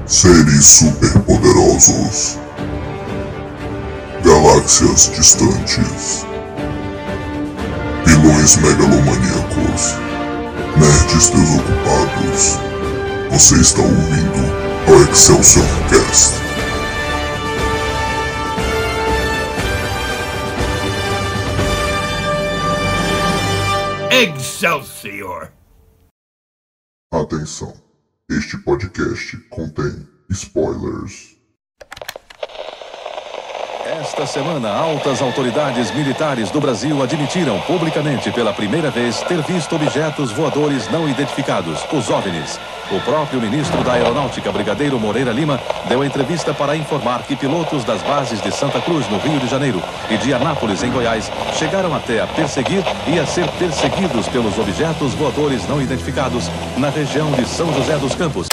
Seres superpoderosos, galáxias distantes, vilões megalomaníacos, nerds desocupados. Você está ouvindo o Excelsior Cast. Excelsior! Atenção, este podcast contém spoilers. Esta semana, altas autoridades militares do Brasil admitiram publicamente pela primeira vez ter visto objetos voadores não identificados, os OVNIs. O próprio ministro da Aeronáutica, Brigadeiro Moreira Lima, deu entrevista para informar que pilotos das bases de Santa Cruz, no Rio de Janeiro, e de Anápolis, em Goiás, chegaram até a perseguir e a ser perseguidos pelos objetos voadores não identificados na região de São José dos Campos.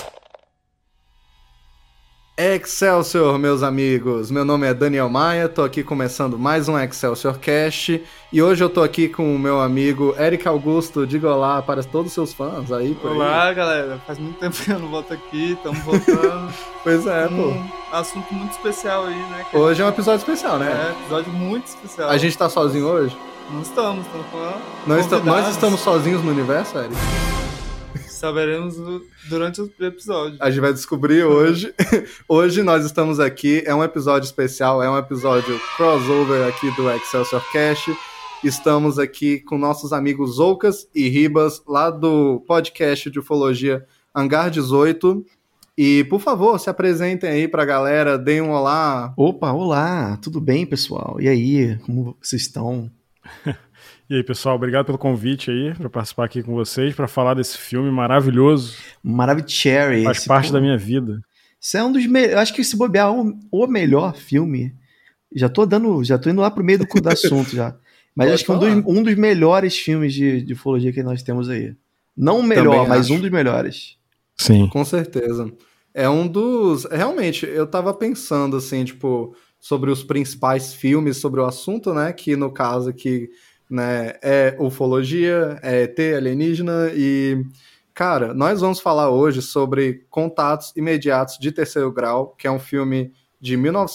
Excelsior, meus amigos! Meu nome é Daniel Maia, tô aqui começando mais um Excelsior Cast e hoje eu tô aqui com o meu amigo Eric Augusto. Diga olá para todos os seus fãs aí, por Olá, aí. galera! Faz muito tempo que eu não volto aqui, estamos voltando. Pois é, pô. Um assunto muito especial aí, né? Hoje é um episódio especial, né? É, episódio muito especial. A gente tá sozinho hoje? Não estamos com Nós estamos sozinhos no universo, Eric? Saberemos durante o episódio. A gente vai descobrir hoje. Hoje nós estamos aqui, é um episódio especial, é um episódio crossover aqui do Excelsior Cast. Estamos aqui com nossos amigos Zoucas e Ribas, lá do podcast de ufologia Hangar 18. E, por favor, se apresentem aí pra galera, deem um olá. Opa, olá, tudo bem, pessoal? E aí, como vocês estão? E aí, pessoal, obrigado pelo convite aí, para participar aqui com vocês, para falar desse filme maravilhoso. Maravilhoso. Faz parte da minha vida. Isso é um dos melhores, eu acho que se bobear o melhor filme, já tô indo lá pro meio do assunto já, mas Pode acho que um dos melhores filmes de ufologia que nós temos aí. Não o melhor, Também mas acho. um dos melhores. Sim. Com certeza. É um dos... Realmente, eu tava pensando, assim, tipo, sobre os principais filmes sobre o assunto, né, que no caso aqui... né, é ufologia, é ET, alienígena e, cara, nós vamos falar hoje sobre Contatos Imediatos de Terceiro Grau, que é um filme de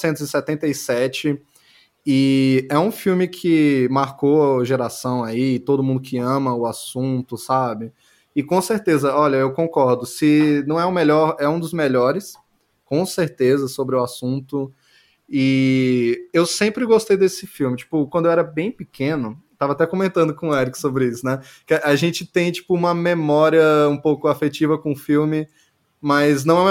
1977 e é um filme que marcou a geração aí, todo mundo que ama o assunto, sabe? E com certeza, olha, eu concordo, se não é o melhor, é um dos melhores, com certeza, sobre o assunto. E eu sempre gostei desse filme, tipo, quando eu era bem pequeno, tava até comentando com o Eric sobre isso, né? Que a gente tem, tipo, uma memória um pouco afetiva com o filme, mas não é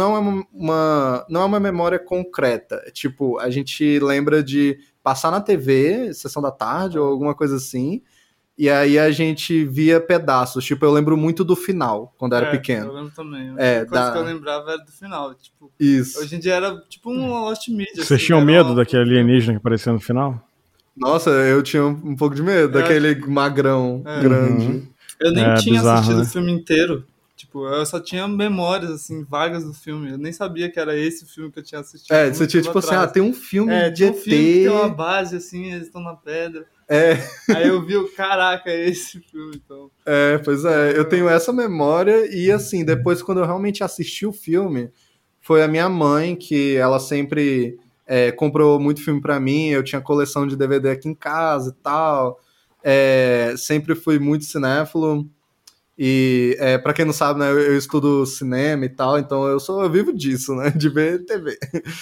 uma memória concreta. Tipo, a gente lembra de passar na TV, sessão da tarde ou alguma coisa assim, e aí a gente via pedaços. Tipo, eu lembro muito do final, quando eu era pequeno. Eu lembro também. É, a coisa que eu lembrava era do final. Tipo, isso. Hoje em dia era tipo um Lost Media. Vocês assim, tinham era medo daquele alienígena que apareceu no final? Nossa, eu tinha um pouco de medo daquele magrão grande. Uhum. Eu nem tinha bizarro, assistido né? o filme inteiro. Tipo, eu só tinha memórias, assim, vagas do filme. Eu nem sabia que era esse o filme que eu tinha assistido. É, você tinha tipo assim, tem um filme de tem um ET. filme que tem uma base, assim, eles estão na pedra. É. Aí eu vi, caraca, é esse filme, então. É, pois é, eu tenho essa memória e assim, depois quando eu realmente assisti o filme, foi a minha mãe que ela sempre comprou muito filme pra mim, eu tinha coleção de DVD aqui em casa e tal, sempre fui muito cinéfilo e pra quem não sabe, né, eu estudo cinema e tal, então eu vivo disso, né, de ver TV.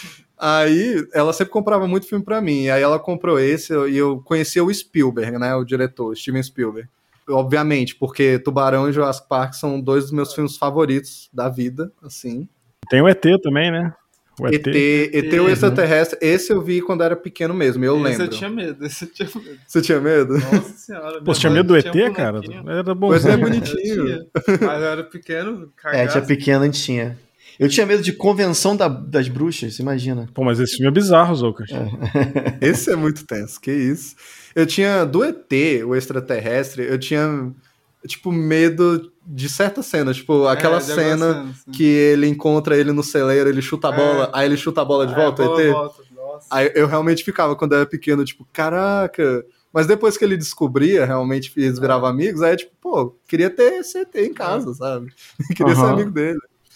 Aí ela sempre comprava muito filme pra mim, aí ela comprou esse e eu conhecia o Spielberg, né, o diretor, Steven Spielberg. Obviamente, porque Tubarão e Jurassic Park são dois dos meus filmes favoritos da vida, assim. Tem o ET também, né? O ET, o Extraterrestre, esse eu vi quando era pequeno mesmo, eu lembro. Esse eu tinha medo. Você tinha medo? Nossa senhora. Pô, você tinha medo do ET, cara? Era bom. Pois é, Eu bonitinho. tinha. Mas eu era pequeno, cagaço. Tinha pequeno, a gente tinha. Eu tinha medo de Convenção das Bruxas, você imagina. Pô, mas esse filme é bizarro, Zoucas. Esse é muito tenso, que isso. Eu tinha, do ET, o Extraterrestre, eu tinha, tipo, medo de certas cenas, tipo, aquela cena que ele encontra ele no celeiro, ele chuta a bola, aí ele chuta a bola de volta, o ET. Nossa. Aí eu realmente ficava, quando eu era pequeno, tipo, caraca. Mas depois que ele descobria, realmente, eles viravam amigos, aí tipo, pô, queria ter esse ET em casa, sabe? Queria ser amigo dele.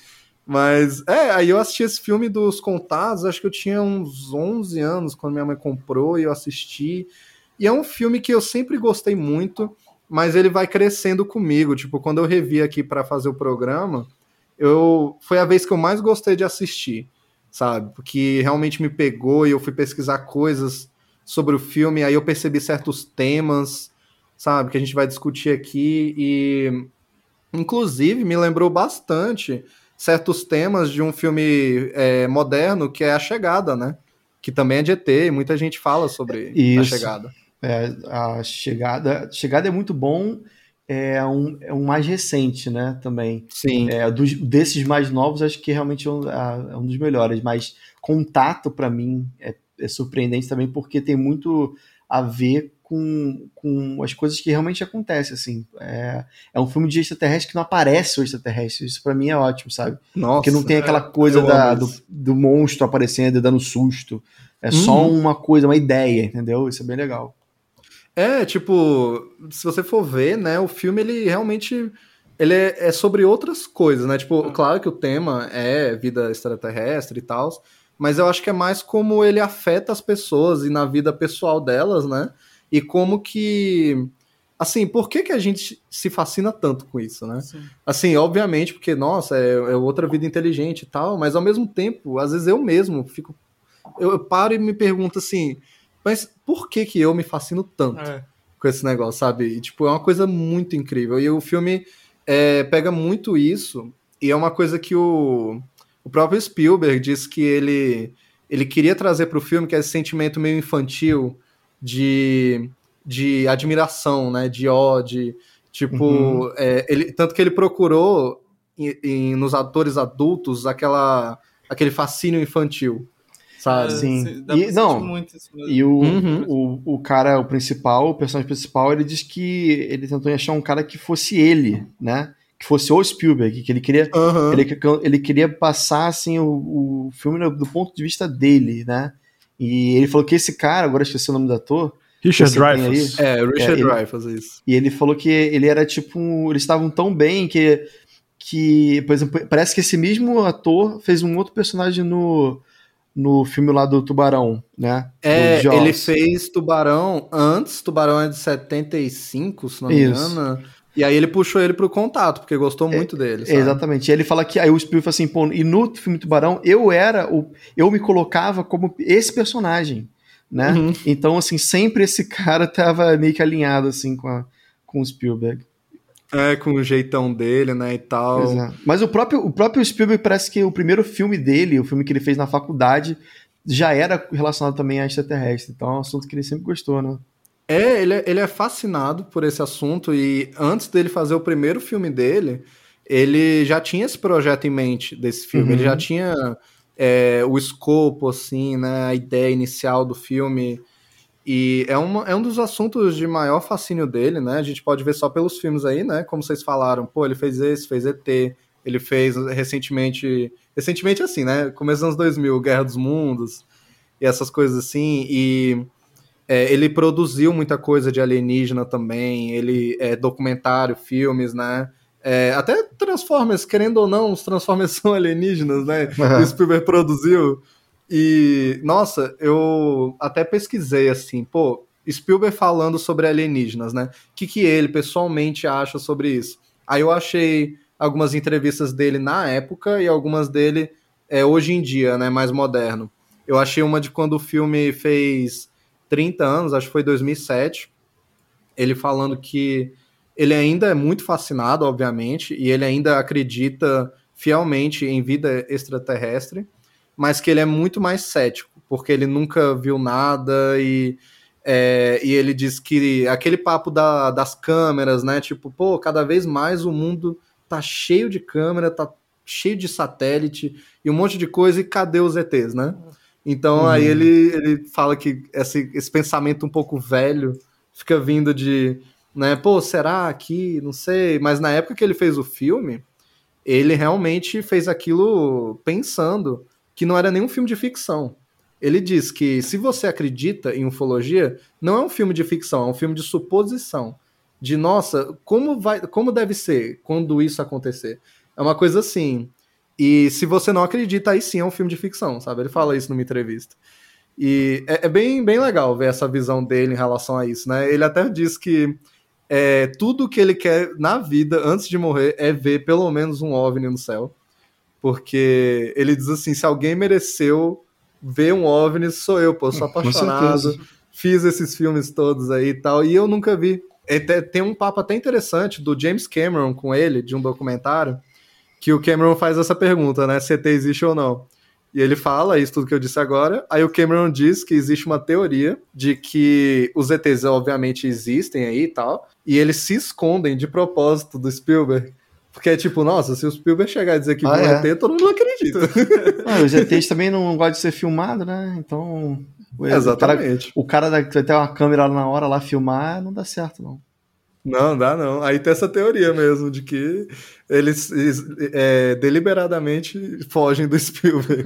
Mas, aí eu assisti esse filme dos Contados, acho que eu tinha uns 11 anos quando minha mãe comprou e eu assisti. E é um filme que eu sempre gostei muito, mas ele vai crescendo comigo. Tipo, quando eu revi aqui para fazer o programa, foi a vez que eu mais gostei de assistir, sabe? Porque realmente me pegou e eu fui pesquisar coisas sobre o filme, aí eu percebi certos temas, sabe, que a gente vai discutir aqui e, inclusive, me lembrou bastante certos temas de um filme moderno que é A Chegada, né? Que também é de ET, e muita gente fala sobre A Isso. Chegada. A Chegada é muito bom, é um mais recente, né, também. Sim. Desses mais novos, acho que realmente é um dos melhores, mas Contato, para mim, é surpreendente também, porque tem muito a ver com as coisas que realmente acontecem, assim. É um filme de extraterrestre que não aparece o extraterrestre, isso para mim é ótimo, sabe? Nossa, porque não tem aquela coisa do monstro aparecendo e dando susto. É só uma coisa, uma ideia, entendeu? Isso é bem legal. Tipo, se você for ver, né, o filme, ele realmente ele é sobre outras coisas, né? Tipo, claro que o tema é vida extraterrestre e tal, mas eu acho que é mais como ele afeta as pessoas e na vida pessoal delas, né? E como que... Assim, por que a gente se fascina tanto com isso, né? Sim. Assim, obviamente, porque, nossa, é outra vida inteligente e tal, mas ao mesmo tempo, às vezes eu mesmo fico... Eu paro e me pergunto assim, mas por que eu me fascino tanto com esse negócio, sabe? E, tipo, é uma coisa muito incrível. E o filme pega muito isso, e é uma coisa que o próprio Spielberg disse que ele queria trazer para o filme, que é esse sentimento meio infantil de admiração, né? De ódio. Tipo, tanto que ele procurou nos atores adultos aquele fascínio infantil. Sabe? Sim. Muito isso mesmo. E o cara, o personagem principal, ele diz que ele tentou achar um cara que fosse ele, né? Que fosse o Spielberg, que ele queria, ele queria passar assim, o filme do ponto de vista dele, né? E ele falou que esse cara, agora esqueci o nome do ator. Richard Dreyfuss. Richard Dreyfuss, isso. E ele falou que ele era tipo, eles estavam tão bem que, por exemplo, parece que esse mesmo ator fez um outro personagem no filme lá do Tubarão, né? Ele fez Tubarão antes, Tubarão é de 75, se não me engano. E aí ele puxou ele pro Contato, porque gostou muito dele, sabe? Exatamente. E ele fala que aí o Spielberg fala assim, pô, e no filme Tubarão eu me colocava como esse personagem, né? Então, assim, sempre esse cara tava meio que alinhado, assim, com o Spielberg. Com o jeitão dele, né, e tal. Mas o próprio Spielberg parece que o primeiro filme dele, o filme que ele fez na faculdade, já era relacionado também a extraterrestre. Então é um assunto que ele sempre gostou, né? Ele é fascinado por esse assunto e antes dele fazer o primeiro filme dele, ele já tinha esse projeto em mente desse filme. Ele já tinha o escopo, assim, né, a ideia inicial do filme. E é um dos assuntos de maior fascínio dele, né? A gente pode ver só pelos filmes aí, né? Como vocês falaram, pô, ele fez fez ET, ele fez recentemente assim, né? Começo dos anos 2000, Guerra dos Mundos e essas coisas assim. E ele produziu muita coisa de alienígena também, ele documentário, filmes, né? Até Transformers, querendo ou não, os Transformers são alienígenas, né? O Spielberg produziu. E, nossa, eu até pesquisei, assim, pô, Spielberg falando sobre alienígenas, né? O que ele pessoalmente acha sobre isso? Aí eu achei algumas entrevistas dele na época e algumas dele hoje em dia, né, mais moderno. Eu achei uma de quando o filme fez 30 anos, acho que foi 2007, ele falando que ele ainda é muito fascinado, obviamente, e ele ainda acredita fielmente em vida extraterrestre, mas que ele é muito mais cético, porque ele nunca viu nada e ele diz que aquele papo das câmeras, né, tipo, pô, cada vez mais o mundo tá cheio de câmera, tá cheio de satélite e um monte de coisa, e cadê os ETs, né? Então aí ele fala que esse pensamento um pouco velho fica vindo de, né, pô, será que, não sei, mas na época que ele fez o filme, ele realmente fez aquilo pensando que não era nenhum filme de ficção. Ele diz que se você acredita em ufologia, não é um filme de ficção, é um filme de suposição. De, nossa, como deve ser quando isso acontecer? É uma coisa assim, E se você não acredita, aí sim é um filme de ficção, sabe? Ele fala isso numa entrevista. E é bem, bem legal ver essa visão dele em relação a isso, né? Ele até diz que tudo que ele quer na vida, antes de morrer, é ver pelo menos um OVNI no céu. Porque ele diz assim, se alguém mereceu ver um OVNI, sou eu, pô. Sou apaixonado, fiz esses filmes todos aí e tal, e eu nunca vi. Tem um papo até interessante do James Cameron com ele, de um documentário, que o Cameron faz essa pergunta, né? Se ET existe ou não. E ele fala isso tudo que eu disse agora. Aí o Cameron diz que existe uma teoria de que os ETs obviamente existem aí e tal, e eles se escondem de propósito do Spielberg. Porque é tipo, nossa, se o Spielberg chegar e dizer que viu ET, todo mundo acredita. Os ETs também não gostam de ser filmado, né? Então... Exatamente. O cara vai ter uma câmera na hora lá filmar, não dá certo, não. Não, dá não. Aí tem essa teoria mesmo, de que eles deliberadamente fogem do Spielberg.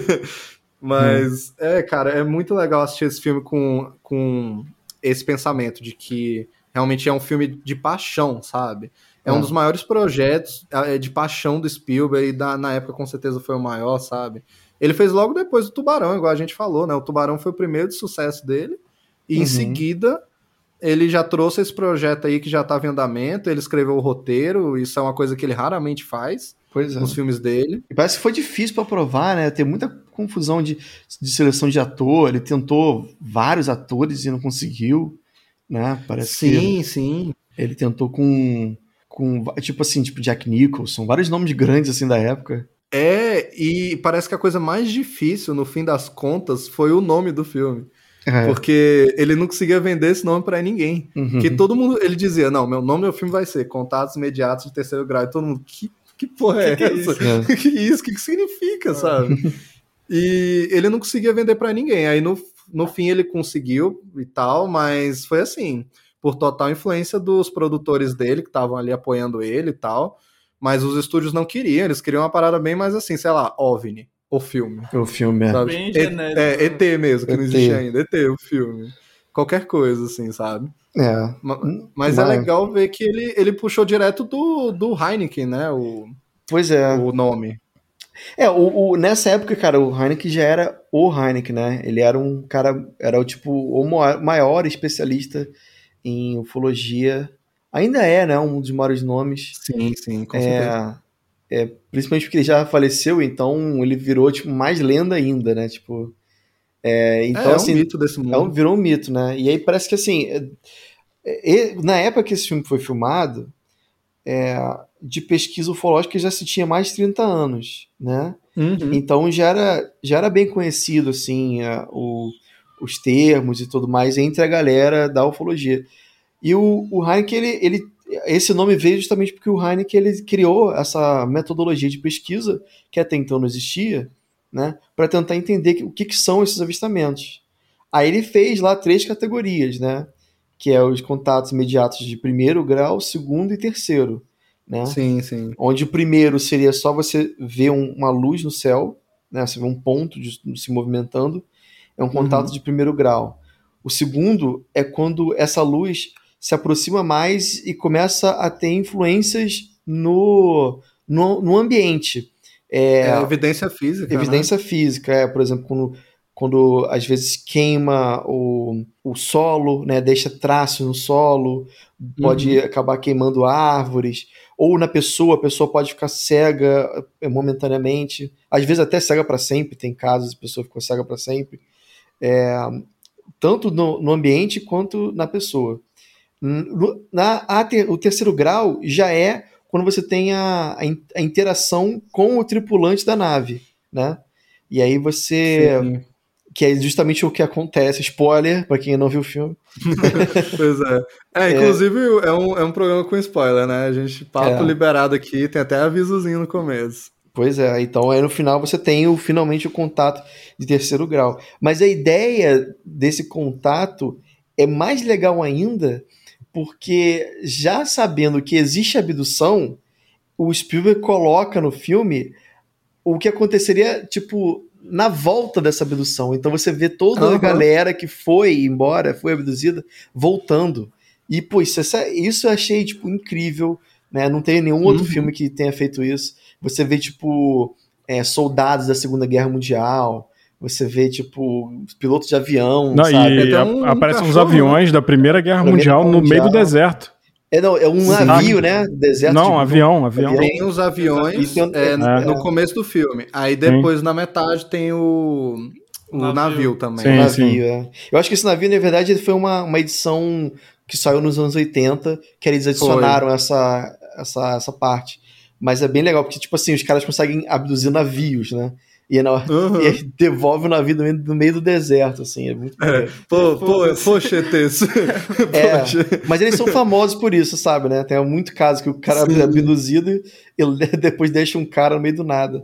Mas, cara, é muito legal assistir esse filme com esse pensamento de que realmente é um filme de paixão, sabe? É um dos maiores projetos de paixão do Spielberg, e na época com certeza foi o maior, sabe? Ele fez logo depois do Tubarão, igual a gente falou, né? O Tubarão foi o primeiro de sucesso dele, e em seguida ele já trouxe esse projeto aí que já estava em andamento, ele escreveu o roteiro, isso é uma coisa que ele raramente faz nos filmes dele. E parece que foi difícil para provar, né? Tem muita confusão de seleção de ator, ele tentou vários atores e não conseguiu, né? Parece que sim. Ele tentou com tipo Jack Nicholson, vários nomes grandes assim da época. E parece que a coisa mais difícil, no fim das contas, foi o nome do filme. Porque ele não conseguia vender esse nome pra ninguém. Porque todo mundo, ele dizia, não, meu nome do filme vai ser Contatos Imediatos de Terceiro Grau. E todo mundo, que porra é essa? Que isso? O que significa, sabe? E ele não conseguia vender pra ninguém. Aí no fim ele conseguiu e tal, mas foi assim, por total influência dos produtores dele, que estavam ali apoiando ele e tal. Mas os estúdios não queriam, eles queriam uma parada bem mais assim, sei lá, OVNI. O filme. O filme, sabe? Bem genérico. ET mesmo, que não existe ainda. ET, o filme. Qualquer coisa, assim, sabe? Mas é legal ver que ele puxou direto do Heineken, né? Pois é. O nome. Nessa época, cara, o Heineken já era o Heineken, né? Ele era um cara, era o maior especialista em ufologia. Ainda é, né? Um dos maiores nomes. Sim, com certeza. Principalmente porque ele já faleceu, então ele virou tipo mais lenda ainda, né? Tipo, então, assim, um mito desse mundo. Virou um mito, né? E aí parece que assim, na época que esse filme foi filmado, de pesquisa ufológica já se tinha mais de 30 anos, né? Então já era bem conhecido assim, os termos e tudo mais entre a galera da ufologia. E o Heineken, esse nome veio justamente porque o Heineken ele criou essa metodologia de pesquisa que até então não existia, né, para tentar entender o que são esses avistamentos. Aí ele fez lá 3 categorias, né, que é os contatos imediatos de primeiro grau, segundo e terceiro, né? Sim. Onde o primeiro seria só você ver uma luz no céu, né, você vê um ponto se movimentando, é um contato de primeiro grau. O segundo é quando essa luz se aproxima mais e começa a ter influências no ambiente. Evidência física. Evidência física, por exemplo, quando às vezes queima o solo, né, deixa traço no solo, pode acabar queimando árvores, ou na pessoa, a pessoa pode ficar cega momentaneamente, às vezes até cega para sempre, tem casos a pessoa ficou cega para sempre, tanto no ambiente quanto na pessoa. O terceiro grau já é quando você tem a interação com o tripulante da nave, né? E aí você... Sim. Que é justamente o que acontece. Spoiler, pra quem não viu o filme. Pois é. Inclusive, é um programa com spoiler, né? A gente, papo liberado aqui, tem até avisozinho no começo. Pois é, então aí no final você tem finalmente o contato de terceiro grau. Mas a ideia desse contato é mais legal ainda, porque já sabendo que existe abdução, o Spielberg coloca no filme o que aconteceria, tipo, na volta dessa abdução. Então você vê toda a galera que foi embora, foi abduzida, voltando. E, pô, isso eu achei, tipo, incrível. né? Não tem nenhum outro filme que tenha feito isso. Você vê, tipo, soldados da Segunda Guerra Mundial, você vê, tipo, pilotos de avião, sabe? E aparecem uns aviões da Primeira Guerra Mundial no meio do deserto. É um navio, né? Deserto. Não, avião. Tem os aviões no começo do filme. Aí depois, na metade, tem o navio também. Sim, navio. Eu acho que esse navio, na verdade, foi uma edição que saiu nos anos 80, que eles adicionaram essa parte. Mas é bem legal, porque, tipo assim, os caras conseguem abduzir navios, né? E aí devolve o navio no meio do deserto, assim, é muito legal. Poxa, ETs. Mas eles são famosos por isso, sabe, né? Tem muito caso que o cara é abduzido e ele depois deixa um cara no meio do nada.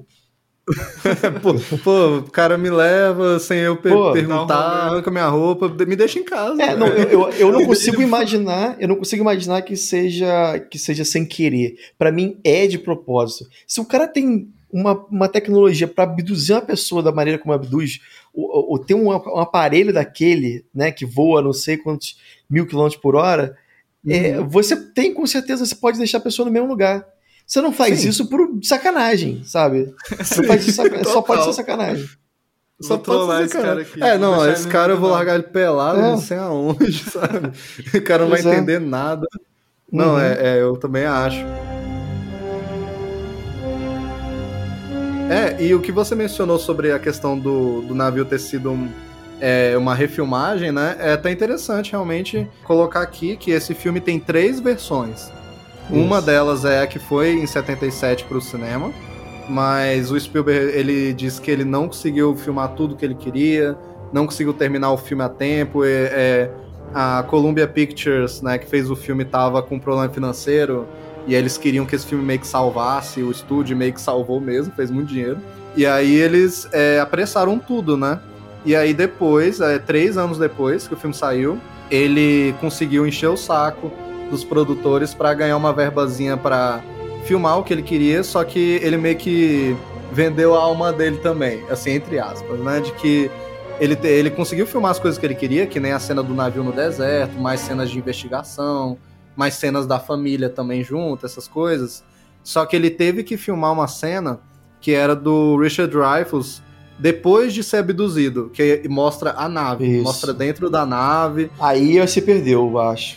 O cara me leva sem eu perguntar, arranca minha roupa, me deixa em casa. Eu não consigo imaginar, que seja sem querer. Pra mim é de propósito. Se o cara tem uma tecnologia para abduzir uma pessoa da maneira como abduz, ou ter um aparelho daquele, né, que voa não sei quantos 1000 km por hora, você tem, com certeza, você pode deixar a pessoa no mesmo lugar. Você não faz isso por sacanagem, sabe? Não faz isso, só pode ser sacanagem. Só pode ser esse cara aqui. Esse cara eu vou largar ele pelado, não sei aonde, sabe? O cara não vai entender nada. Não, eu também acho. E o que você mencionou sobre a questão do navio ter sido uma refilmagem, né? É até interessante realmente colocar aqui que esse filme tem 3 versões. Uma delas é a que foi em 77 para o cinema, mas o Spielberg, ele disse que ele não conseguiu filmar tudo que ele queria, não conseguiu terminar o filme a tempo, a Columbia Pictures, né, que fez o filme, tava com problema financeiro, e eles queriam que esse filme meio que salvasse, o estúdio meio que salvou mesmo, fez muito dinheiro. E aí eles apressaram tudo, né? E aí depois, 3 anos depois que o filme saiu, ele conseguiu encher o saco dos produtores para ganhar uma verbazinha para filmar o que ele queria, só que ele meio que vendeu a alma dele também, assim, entre aspas, né? De que ele conseguiu filmar as coisas que ele queria, que nem a cena do navio no deserto, mais cenas de investigação, mais cenas da família também junto, essas coisas. Só que ele teve que filmar uma cena que era do Richard Dreyfuss depois de ser abduzido, que mostra a nave, mostra dentro da nave. Aí se perdeu, eu acho.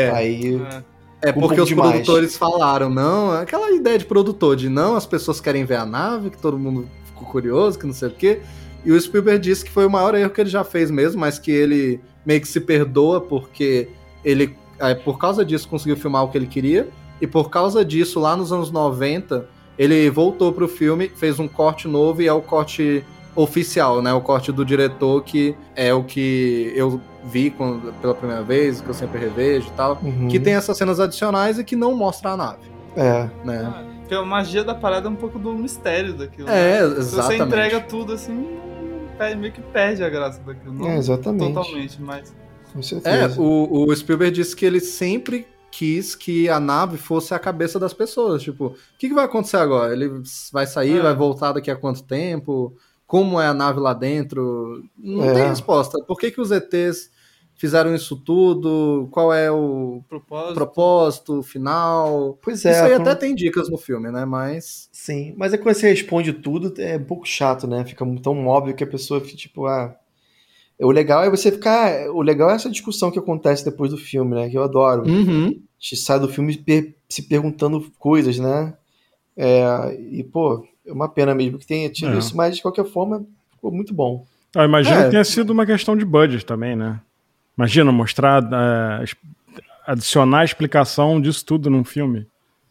Porque os produtores falaram, não, aquela ideia de produtor, de não, as pessoas querem ver a nave, que todo mundo ficou curioso, que não sei o quê. E o Spielberg disse que foi o maior erro que ele já fez mesmo, mas que ele meio que se perdoa porque ele, por causa disso, conseguiu filmar o que ele queria, e por causa disso, lá nos anos 90, ele voltou pro filme, fez um corte novo, e é o corte oficial, né? O corte do diretor, que é o que eu vi pela primeira vez, que eu sempre revejo e tal, que tem essas cenas adicionais e que não mostra a nave. Né? Porque a magia da parada é um pouco do mistério daquilo. Exatamente. Se você entrega tudo assim, meio que perde a graça daquilo. Não exatamente. Totalmente, mas... Com certeza. O Spielberg disse que ele sempre quis que a nave fosse a cabeça das pessoas. Tipo, o que vai acontecer agora? Ele vai sair, vai voltar daqui a quanto tempo? Como é a nave lá dentro? Não tem resposta. Por que os ETs fizeram isso tudo? Qual é o propósito final? Pois é. Isso aí até tem dicas no filme, né? Mas... Sim, mas quando você responde tudo, é um pouco chato, né? Fica tão óbvio que a pessoa fica tipo, O legal é você ficar... O legal é essa discussão que acontece depois do filme, né? Que eu adoro. A gente sai do filme se perguntando coisas, né? E, pô... É uma pena mesmo que tenha tido isso, mas de qualquer forma ficou muito bom. Eu imagino que tenha sido uma questão de budget também, né? Imagina mostrar, adicionar a explicação disso tudo num filme.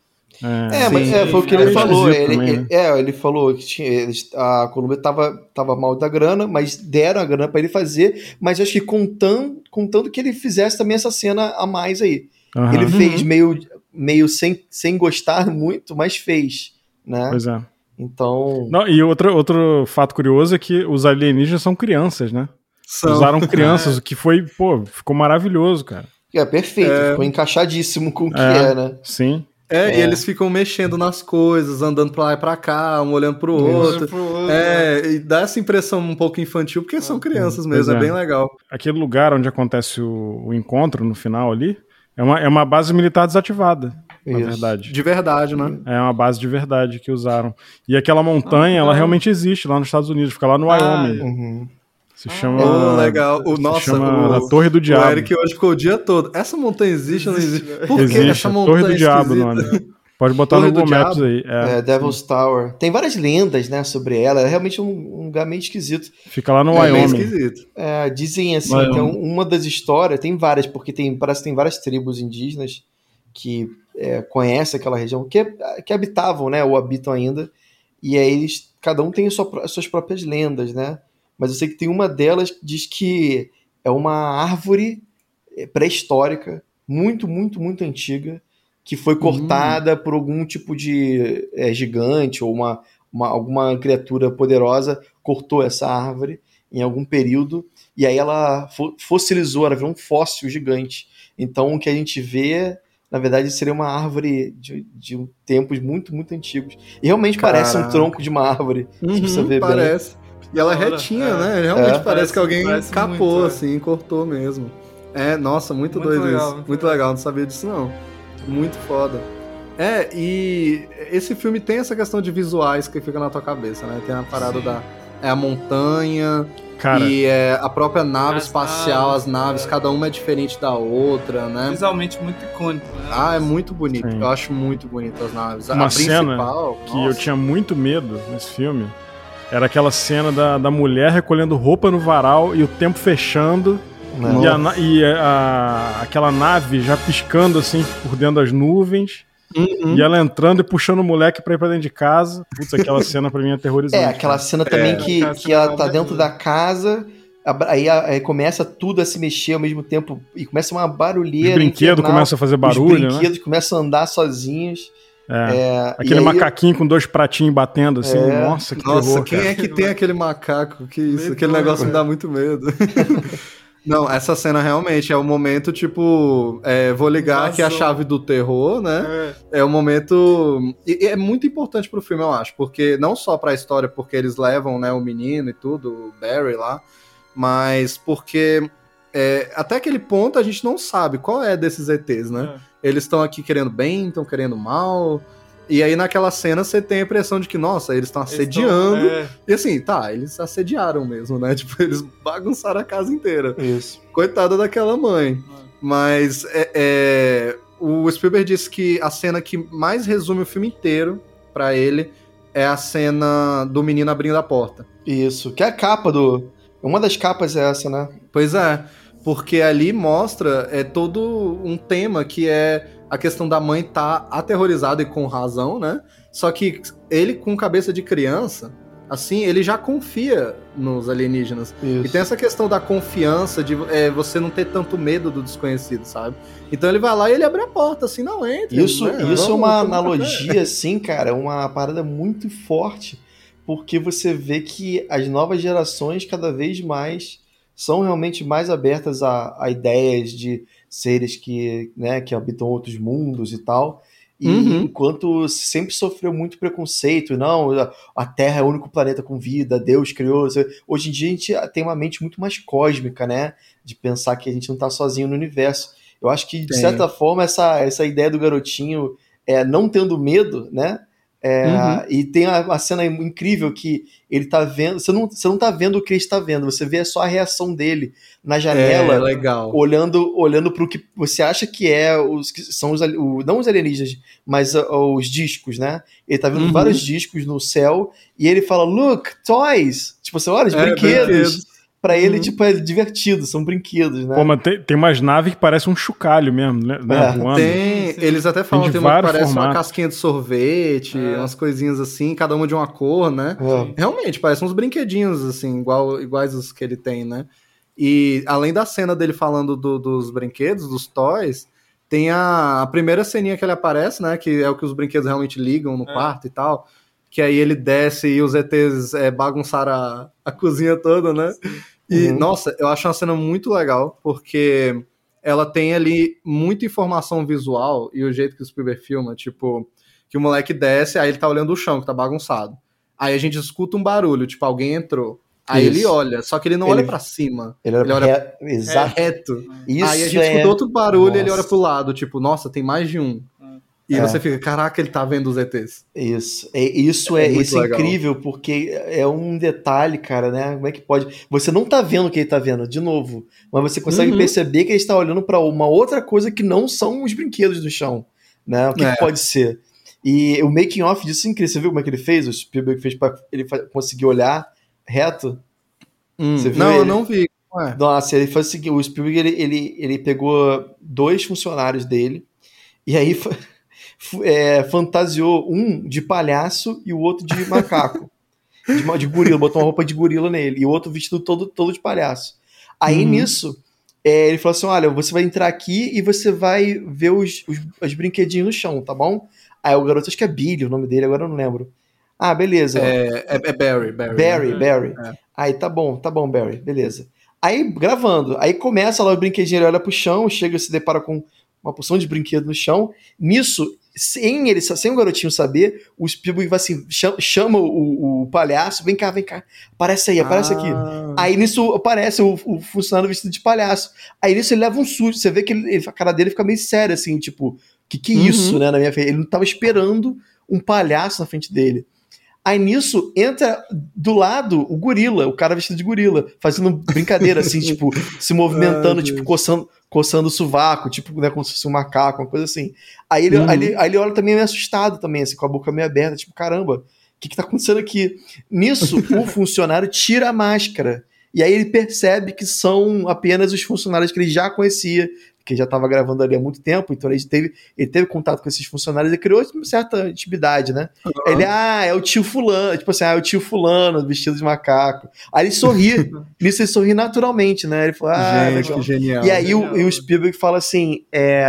Mas foi o que ele falou. Ele falou que a Columbia tava mal da grana, mas deram a grana para ele fazer, mas acho que contando que ele fizesse também essa cena a mais aí. Ele fez meio sem gostar muito, mas fez, né? Pois é. Então... Não, e outro fato curioso é que os alienígenas são crianças, né? Usaram crianças, o que ficou maravilhoso, cara. Perfeito, ficou encaixadíssimo com o que né? Sim. E eles ficam mexendo nas coisas, andando pra lá e pra cá, um olhando pro outro. E dá essa impressão um pouco infantil, porque são crianças mesmo, é bem legal. Aquele lugar onde acontece o encontro no final ali, é uma base militar desativada. na verdade. De verdade, né? É uma base de verdade que usaram. E aquela montanha, ela realmente existe lá nos Estados Unidos, fica lá no Wyoming. Se chama... legal. A Torre do Diabo. O Eric hoje ficou o dia todo. Essa montanha existe ou não existe? Por que Existe, essa montanha Torre do Diabo o nome. Pode botar Torre no Google do Maps Diabo? aí. Devil's Tower. Tem várias lendas, né, sobre ela. É realmente um lugar meio esquisito. Fica lá no É meio Wyoming. esquisito. Dizem assim, então, uma das histórias, tem várias, porque parece que tem várias tribos indígenas que conhecem aquela região, que habitavam, né, ou habitam ainda, e aí cada um tem as suas próprias lendas, né? Mas eu sei que tem uma delas que diz que é uma árvore pré-histórica, muito, muito, muito antiga, que foi cortada por algum tipo de gigante ou alguma criatura poderosa, cortou essa árvore em algum período, e aí ela fossilizou, ela virou um fóssil gigante. Então o que a gente vê, na verdade, seria uma árvore de tempos muito, muito antigos. E realmente parece um tronco de uma árvore, se você ver parece. bem. E ela é retinha, né? Realmente parece que alguém capou, muito, assim, cortou mesmo. Nossa, muito doido legal, isso. Muito legal, não sabia disso não. Muito foda. E esse filme tem essa questão de visuais que fica na tua cabeça, né? Tem a parada a montanha, Cara, e a própria nave espacial, as naves, cada uma é diferente da outra, né? Visualmente muito icônico, né? É muito bonito. Sim. Eu acho muito bonito as naves. Uma a cena principal, que eu tinha muito medo nesse filme era aquela cena da mulher recolhendo roupa no varal e o tempo fechando e aquela nave já piscando assim por dentro das nuvens e ela entrando e puxando o moleque pra ir pra dentro de casa. Putz, aquela cena pra mim é aterrorizante. Aquela cena também que ela tá dentro da casa, aí começa tudo a se mexer ao mesmo tempo e começa uma barulheira. Os brinquedos começam a fazer barulho, os brinquedos começam a andar sozinhos. Aquele macaquinho com 2 pratinhos batendo assim, nossa, que terror, quem cara. é que tem aquele macaco? Que isso? Aquele negócio me dá muito medo. Não, essa cena realmente é o momento, tipo, vou ligar aqui a chave do terror, né? É o momento... E é muito importante pro filme, eu acho, porque não só pra história, porque eles levam, né, o menino e tudo, o Barry lá, mas porque até aquele ponto a gente não sabe qual é desses ETs, né? Eles estão aqui querendo bem, estão querendo mal. E aí naquela cena você tem a impressão de que, nossa, eles estão assediando. E assim, eles assediaram mesmo, né? Tipo, eles bagunçaram a casa inteira. Isso. Coitada daquela mãe. Mas o Spielberg disse que a cena que mais resume o filme inteiro pra ele é a cena do menino abrindo a porta. Isso, que é a capa uma das capas é essa, né? Pois é. Porque ali mostra todo um tema que é a questão da mãe tá aterrorizada e com razão, né? Só que ele, com cabeça de criança, assim, ele já confia nos alienígenas. Isso. E tem essa questão da confiança, de você não ter tanto medo do desconhecido, sabe? Então ele vai lá e ele abre a porta, assim, não entra. Isso né? é uma analogia, assim, cara, uma parada muito forte, porque você vê que as novas gerações cada vez mais são realmente mais abertas a ideias de seres que habitam outros mundos e tal. E enquanto sempre sofreu muito preconceito, não, a Terra é o único planeta com vida, Deus criou. Hoje em dia a gente tem uma mente muito mais cósmica, né? De pensar que a gente não tá sozinho no universo. Eu acho que, de certa forma, essa ideia do garotinho não tendo medo, né? E tem uma cena incrível que ele tá vendo, você não tá vendo o que ele está vendo, você vê só a reação dele na janela, legal. olhando pro que você acha que que são não os alienígenas, mas os discos, né? Ele tá vendo vários discos no céu e ele fala, look, toys, tipo, você olha, os brinquedos. Pra ele, tipo, é divertido, são brinquedos, né? Pô, mas tem umas naves que parecem um chocalho mesmo, né? Voando. Eles até falam, tem uma que parece uma casquinha de sorvete, umas coisinhas assim, cada uma de uma cor, né? Realmente, parecem uns brinquedinhos, assim, iguais os que ele tem, né? E além da cena dele falando dos brinquedos, dos toys, tem a primeira ceninha que ele aparece, né? Que é o que os brinquedos realmente ligam no quarto e tal. Que aí ele desce e os ETs bagunçaram a cozinha toda, né? E, nossa, eu acho uma cena muito legal, porque ela tem ali muita informação visual e o jeito que o Spielberg filma, tipo, que o moleque desce, aí ele tá olhando o chão, que tá bagunçado. Aí a gente escuta um barulho, tipo, alguém entrou. Aí ele olha, só que ele não olha pra cima. Ele olha exato. reto. Isso aí a gente escuta outro barulho e ele olha pro lado, tipo, nossa, tem mais de um. E você fica, caraca, ele tá vendo os ETs. Isso é incrível, porque é um detalhe, cara, né? Como é que pode? Você não tá vendo o que ele tá vendo, de novo, mas você consegue perceber que ele está olhando para uma outra coisa que não são os brinquedos do chão, né? O que pode ser? E o making off disso é incrível. Você viu como é que ele fez? O Spielberg fez para ele conseguir olhar reto? Você viu eu não vi. Nossa, ele faz o seguinte, o Spielberg ele pegou 2 funcionários dele e aí fantasiou um de palhaço e o outro de macaco, de gorila, botou uma roupa de gorila nele e o outro vestido todo de palhaço. Aí nisso ele falou assim, olha, você vai entrar aqui e você vai ver os brinquedinhos no chão, tá bom? Aí o garoto, acho que é Billy o nome dele, agora eu não lembro. Ah, beleza. É Barry. Barry. Aí tá bom, Barry, beleza. Aí, gravando, aí começa lá o brinquedinho, ele olha pro chão, chega e se depara com uma porção de brinquedo no chão. Nisso, sem o garotinho saber, o Spielberg vai assim, chama o palhaço, vem cá, aparece aqui. Aí nisso aparece o funcionário vestido de palhaço. Aí nisso ele leva um susto, você vê que a cara dele fica meio séria, assim, tipo, que isso, né, na minha frente? Ele não tava esperando um palhaço na frente dele. Aí nisso entra do lado o gorila, o cara vestido de gorila, fazendo brincadeira, assim, tipo, se movimentando, tipo, coçando o sovaco, tipo, né, como se fosse um macaco, uma coisa assim. Aí ele olha também meio assustado também, assim, com a boca meio aberta, tipo, caramba, o que tá acontecendo aqui? Nisso, o funcionário tira a máscara. E aí ele percebe que são apenas os funcionários que ele já conhecia, que já estava gravando ali há muito tempo, então ele teve contato com esses funcionários e criou uma certa intimidade, né? Ele, é o tio fulano, tipo assim, é o tio fulano, vestido de macaco. Aí ele sorri, nisso ele sorri naturalmente, né? Ele falou, gente, que genial. E aí o Spielberg fala assim,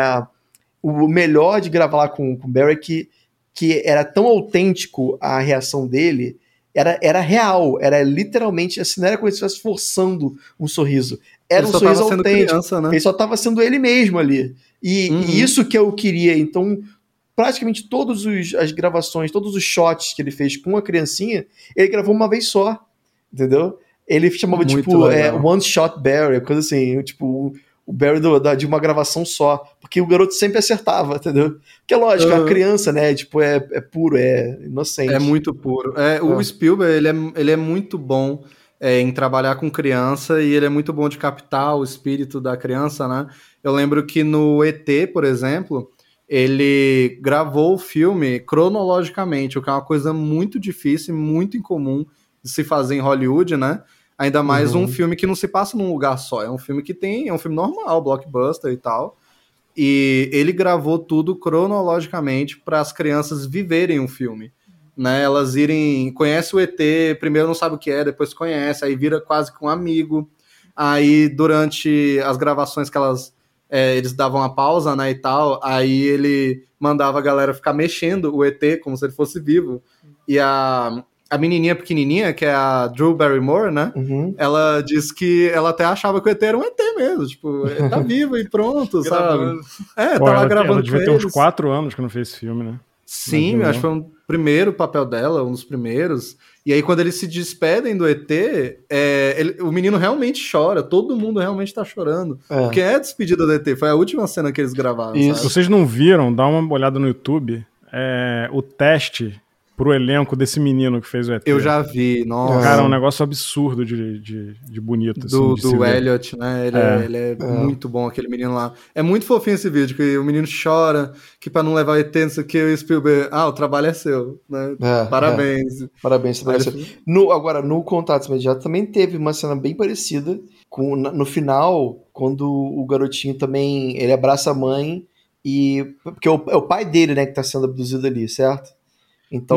o melhor de gravar lá com o Barry que era tão autêntico a reação dele, era real, era literalmente assim, não era como se estivesse forçando um sorriso. Era um sorriso autêntico. Criança, né? Ele só estava sendo ele mesmo ali. E isso que eu queria. Então, praticamente todas as gravações, todos os shots que ele fez com a criancinha, ele gravou uma vez só. Entendeu? Ele chamava, muito tipo, One Shot Barry, coisa assim, tipo, o Barry de uma gravação só. Porque o garoto sempre acertava, entendeu? Porque é lógico, a criança, né? Tipo, é puro, é inocente. É muito puro. O Spielberg, ele é muito bom em trabalhar com criança e ele é muito bom de captar o espírito da criança, né? Eu lembro que no ET, por exemplo, ele gravou o filme cronologicamente, o que é uma coisa muito difícil e muito incomum de se fazer em Hollywood, né? Ainda mais um filme que não se passa num lugar só, é um filme é um filme normal, blockbuster e tal, e ele gravou tudo cronologicamente para as crianças viverem um filme. Né, elas conhece o ET, primeiro não sabe o que é, depois conhece, aí vira quase que um amigo, aí durante as gravações que eles davam a pausa, né, e tal, aí ele mandava a galera ficar mexendo o ET como se ele fosse vivo, e a menininha pequenininha, que é a Drew Barrymore, né, ela disse que ela até achava que o ET era um ET mesmo, tipo, ele tá vivo e pronto, sabe? Tá lá gravando. Ela devia ter uns 4 anos que não fez esse filme, né? Sim, acho que foi o primeiro papel dela, um dos primeiros. E aí, quando eles se despedem do ET, o menino realmente chora, todo mundo realmente tá chorando. Porque é a despedida do ET, foi a última cena que eles gravaram. Se vocês não viram, dá uma olhada no YouTube. O teste pro elenco desse menino que fez o ET. Eu já vi, nossa. Cara, é um negócio absurdo de bonito. Assim, do Elliot, né? Ele é muito bom, aquele menino lá. É muito fofinho esse vídeo, que o menino chora, que pra não levar o ET, não sei o que, o Spielberg, o trabalho é seu, né? Parabéns. Parabéns, agora, no Contatos Imediatos também teve uma cena bem parecida, no final, quando o garotinho também, ele abraça a mãe, porque é o pai dele, né, que tá sendo abduzido ali, certo? Então,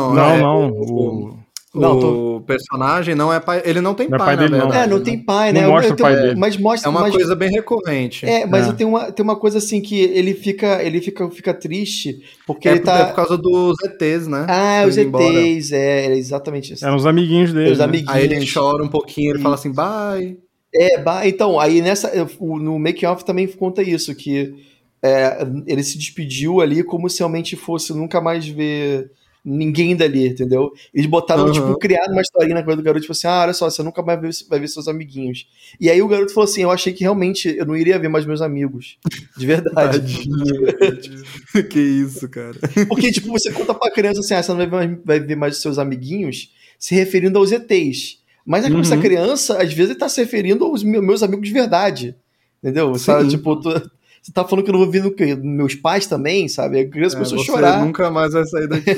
o personagem não é pai, ele não tem pai, na verdade. Não tem pai, né? Não mostra o pai dele. Mas mostra, é uma coisa bem recorrente. Mas tem uma coisa assim que ele fica triste porque ele tá... É por causa dos ETs, né? Os ETs, é exatamente isso. Eram os amiguinhos dele. Aí ele chora um pouquinho, ele fala assim, bye. Então, aí no make-off também conta isso, que ele se despediu ali como se realmente fosse nunca mais ver ninguém dali, entendeu? Eles botaram, tipo, criaram uma historinha na coisa do garoto, tipo assim, olha só, você nunca mais vai ver seus amiguinhos. E aí o garoto falou assim, eu achei que realmente eu não iria ver mais meus amigos. De verdade. Que isso, cara. Porque, tipo, você conta pra criança assim, você não vai ver mais os seus amiguinhos, se referindo aos ETs. Mas na cabeça da criança, às vezes ele tá se referindo aos meus amigos de verdade. Entendeu? Sabe, tipo, você tá falando que eu não vou ver meus pais também, sabe? A criança começou a chorar. Você nunca mais vai sair daqui.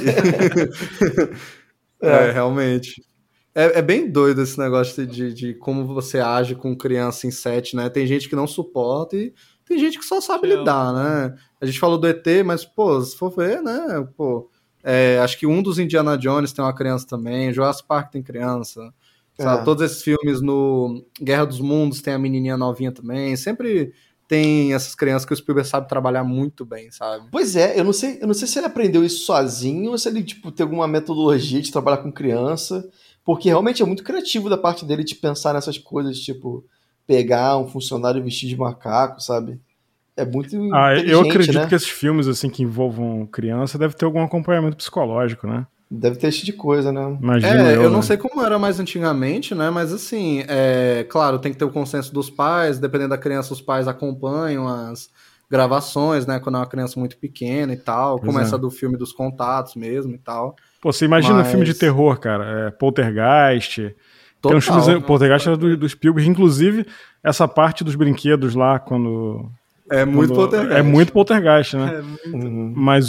Realmente. É bem doido esse negócio de como você age com criança em set, né? Tem gente que não suporta e tem gente que só sabe lidar, né? A gente falou do ET, mas, pô, se for ver, né? Pô, acho que um dos Indiana Jones tem uma criança também, Jurassic Park tem criança, sabe? Todos esses filmes no Guerra dos Mundos tem a menininha novinha também, sempre tem essas crianças que o Spielberg sabe trabalhar muito bem, sabe? Pois é, eu não sei se ele aprendeu isso sozinho ou se ele, tipo, tem alguma metodologia de trabalhar com criança, porque realmente é muito criativo da parte dele de pensar nessas coisas, tipo, pegar um funcionário vestido de macaco, sabe? É muito inteligente, eu acredito, né? que esses filmes, assim, que envolvam criança, deve ter algum acompanhamento psicológico, né? Deve ter esse tipo de coisa, né? Imagino eu não sei como era mais antigamente, né? Mas assim, claro, tem que ter o consenso dos pais, dependendo da criança, os pais acompanham as gravações, né? Quando é uma criança muito pequena e tal, como essa do filme dos Contatos mesmo e tal. Pô, você imagina um filme de terror, cara, Poltergeist. Total, tem uns filmes, Poltergeist era do Spielberg, inclusive essa parte dos brinquedos lá, quando... muito Poltergeist. É muito Poltergeist, né? Muito. Mas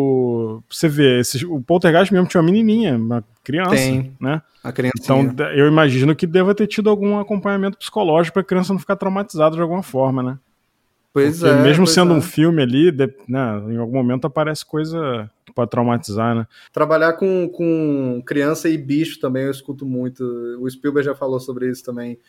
você vê, o Poltergeist mesmo tinha uma menininha, uma criança, né? A criancinha. Então eu imagino que deva ter tido algum acompanhamento psicológico pra criança não ficar traumatizada de alguma forma, né? Pois Porque mesmo pois sendo um filme ali, né, em algum momento aparece coisa que pode traumatizar, né? Trabalhar com criança e bicho também eu escuto muito. O Spielberg já falou sobre isso também.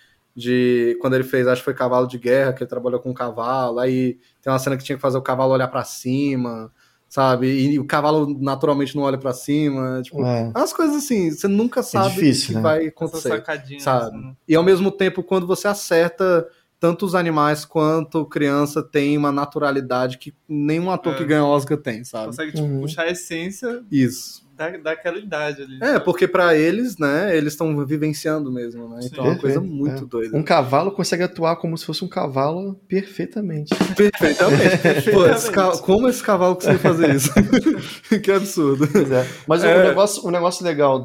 De quando ele fez, acho que foi Cavalo de Guerra, que ele trabalhou com o cavalo, aí tem uma cena que tinha que fazer o cavalo olhar pra cima, sabe? E o cavalo naturalmente não olha pra cima, tipo, umas coisas assim, você nunca sabe difícil, o que né? vai acontecer, sabe? Assim. E ao mesmo tempo, quando você acerta, tanto os animais quanto criança tem uma naturalidade que nenhum ator que ganha Oscar tem, sabe? Consegue, tipo, puxar a essência daquela idade ali. Porque pra eles, né, eles estão vivenciando mesmo, né? Então é uma coisa muito doida. Um cavalo consegue atuar como se fosse um cavalo perfeitamente. Perfeitamente. Pô, como esse cavalo consegue fazer isso? Que absurdo. Mas o negócio legal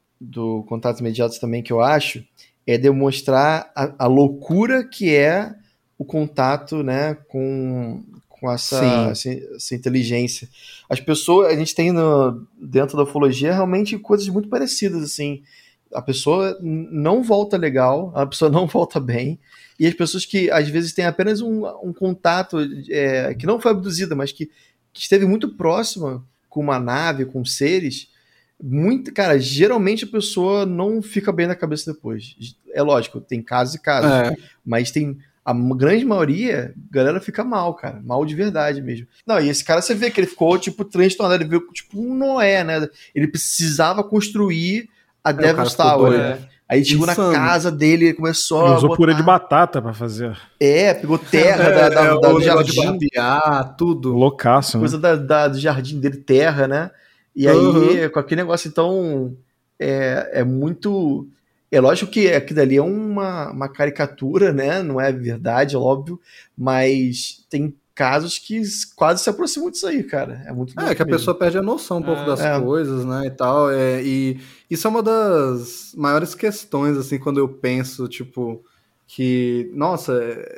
do Contatos Imediatos também, que eu acho, é demonstrar a loucura que é o contato, né, com essa inteligência. As pessoas, a gente tem dentro da ufologia realmente coisas muito parecidas, assim. A pessoa não volta legal, a pessoa não volta bem, e as pessoas que às vezes têm apenas um contato que não foi abduzida, mas que esteve muito próxima com uma nave, com seres, cara, geralmente a pessoa não fica bem na cabeça depois. É lógico, tem casos e casos, mas tem a grande maioria, a galera fica mal, cara. Mal de verdade mesmo. Não, e esse cara, você vê que ele ficou, tipo, transtornado. Ele veio, tipo, um Noé, né? Ele precisava construir a Devil's Tower, né? Aí chegou na casa dele, ele começou a usou purê de batata pra fazer. Pegou terra do jardim. De barbear, tudo. Loucaço, coisa do jardim dele, terra, né? E aí, com aquele negócio, então, é muito... É lógico que aquilo ali é uma caricatura, né? Não é verdade, óbvio, mas tem casos que quase se aproximam disso aí, cara. É muito que a pessoa perde a noção um pouco das coisas, né, e tal. E isso é uma das maiores questões, assim, quando eu penso, tipo, que, nossa,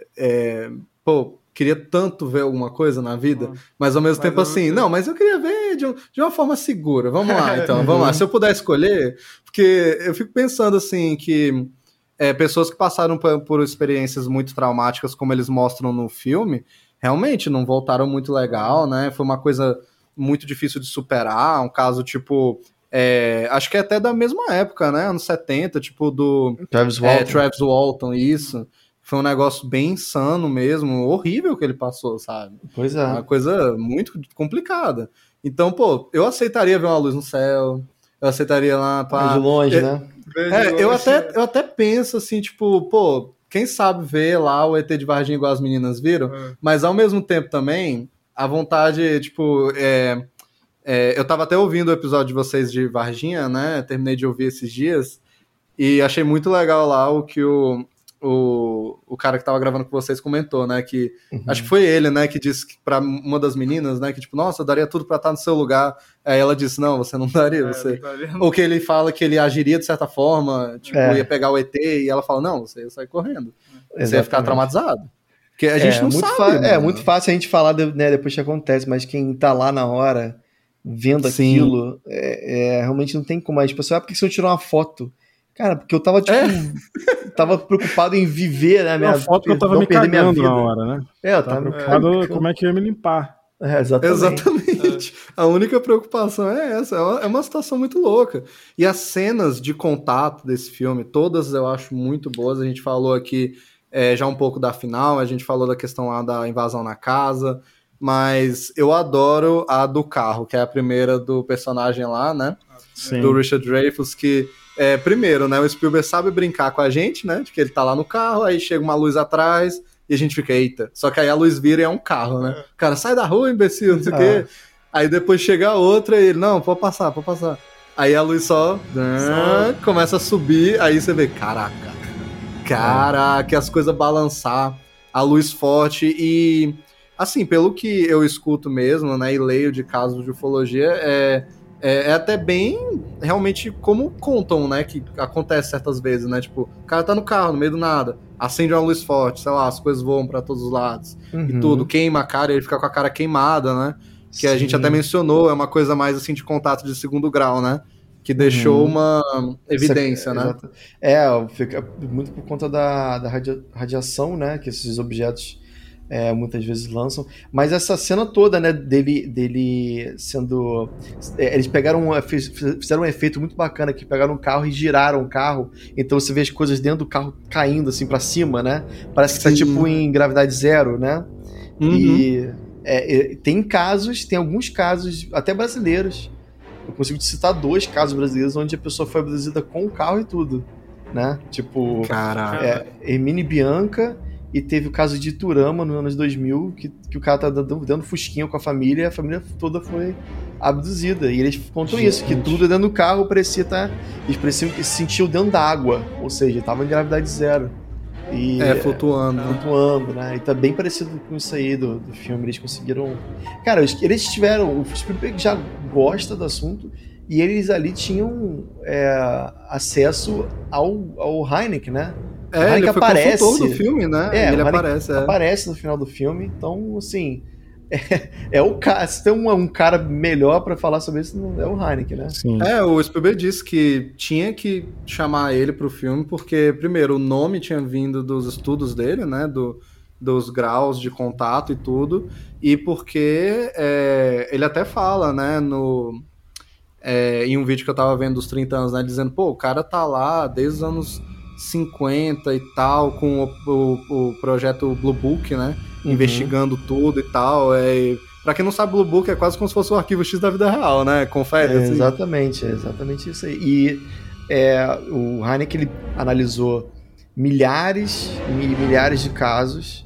queria tanto ver alguma coisa na vida, mas ao mesmo tempo assim, não, mas eu queria ver de uma forma segura. Vamos lá, então, vamos lá. Se eu puder escolher, porque eu fico pensando assim que pessoas que passaram por experiências muito traumáticas, como eles mostram no filme, realmente não voltaram muito legal, né? Foi uma coisa muito difícil de superar, um caso tipo... acho que é até da mesma época, né? Anos 70, tipo do... Travis Walton. Travis Walton, isso. Foi um negócio bem insano mesmo, horrível que ele passou, sabe? Pois é. Uma coisa muito complicada. Então, pô, eu aceitaria ver uma luz no céu, eu aceitaria lá de longe, né? Eu até penso assim, tipo, pô, quem sabe ver lá o ET de Varginha igual as meninas viram, mas ao mesmo tempo também, a vontade, tipo, eu tava até ouvindo o episódio de vocês de Varginha, né? Terminei de ouvir esses dias. E achei muito legal lá o que o cara que tava gravando com vocês comentou, né? Que acho que foi ele, né? Que disse que pra uma das meninas, né? Que tipo, nossa, eu daria tudo pra estar no seu lugar. Aí ela disse, não, você não daria. Você... Ou que ele fala que ele agiria de certa forma, tipo, ia pegar o ET e ela fala, não, você ia sair correndo. Exatamente. Você ia ficar traumatizado. Porque a gente não sabe. É muito fácil a gente falar, né, depois que acontece, mas quem tá lá na hora, vendo aquilo, realmente não tem como. As pessoas, por que você não tirou uma foto? Cara, porque eu tava, tipo, tava preocupado em viver, né? Uma foto que eu tava me cagando na hora, né? Eu tava preocupado como é que eu ia me limpar. Exatamente. A única preocupação é essa. É uma situação muito louca. E as cenas de contato desse filme, todas eu acho muito boas. A gente falou aqui já um pouco da final, a gente falou da questão lá da invasão na casa, mas eu adoro a do carro, que é a primeira do personagem lá, né? Sim. Do Richard Dreyfuss, que primeiro, né, o Spielberg sabe brincar com a gente, né, de que ele tá lá no carro, aí chega uma luz atrás e a gente fica, eita, só que aí a luz vira e é um carro, né? Cara, sai da rua, imbecil, não sei o quê. Aí depois chega a outra e ele, não, pode passar. Aí a luz só começa a subir, aí você vê, caraca, as coisas balançar, a luz forte e, assim, pelo que eu escuto mesmo, né, e leio de casos de ufologia, é até bem, realmente, como contam, né, que acontece certas vezes, né, tipo, o cara tá no carro, no meio do nada, acende uma luz forte, sei lá, as coisas voam pra todos os lados, e tudo, queima a cara, ele fica com a cara queimada, né, que a gente até mencionou, é uma coisa mais, assim, de contato de segundo grau, né, que deixou uma evidência, né. Exato. Fica muito por conta da radiação, né, que esses objetos muitas vezes lançam, mas essa cena toda, né, dele sendo... eles fizeram um efeito muito bacana, que pegaram um carro e giraram o carro, então você vê as coisas dentro do carro caindo assim pra cima, né, parece que tá tipo em gravidade zero, né, e tem alguns casos, até brasileiros, eu consigo te citar 2 casos brasileiros onde a pessoa foi abduzida com o carro e tudo, né, tipo, Hermine Bianca. E teve o caso de Iturama, nos anos 2000, que o cara tá dando fusquinha com a família toda foi abduzida. E eles contam isso, que tudo dentro do carro eles pareciam que se sentiam dentro da água, ou seja, tava em gravidade zero. E, flutuando. Flutuando, né? E tá bem parecido com isso aí do filme. Eles conseguiram... Cara, eles tiveram... O Spielberg já gosta do assunto e eles ali tinham acesso ao Hynek, né? Ele foi consultor do filme, né? Ele aparece no final do filme, então, assim, o cara, se tem um cara melhor pra falar sobre isso, é o Hynek, né? Sim. O Spielberg disse que tinha que chamar ele pro filme, porque, primeiro, o nome tinha vindo dos estudos dele, né? Dos graus de contato e tudo, e porque ele até fala, né, em um vídeo que eu tava vendo dos 30 anos, né, dizendo, pô, o cara tá lá desde os anos 50 e tal, com o projeto Blue Book, né? Investigando tudo e tal. Pra quem não sabe, Blue Book é quase como se fosse o arquivo X da vida real, né? Confere. Assim. Exatamente isso aí. E o Hynek, ele analisou milhares e milhares de casos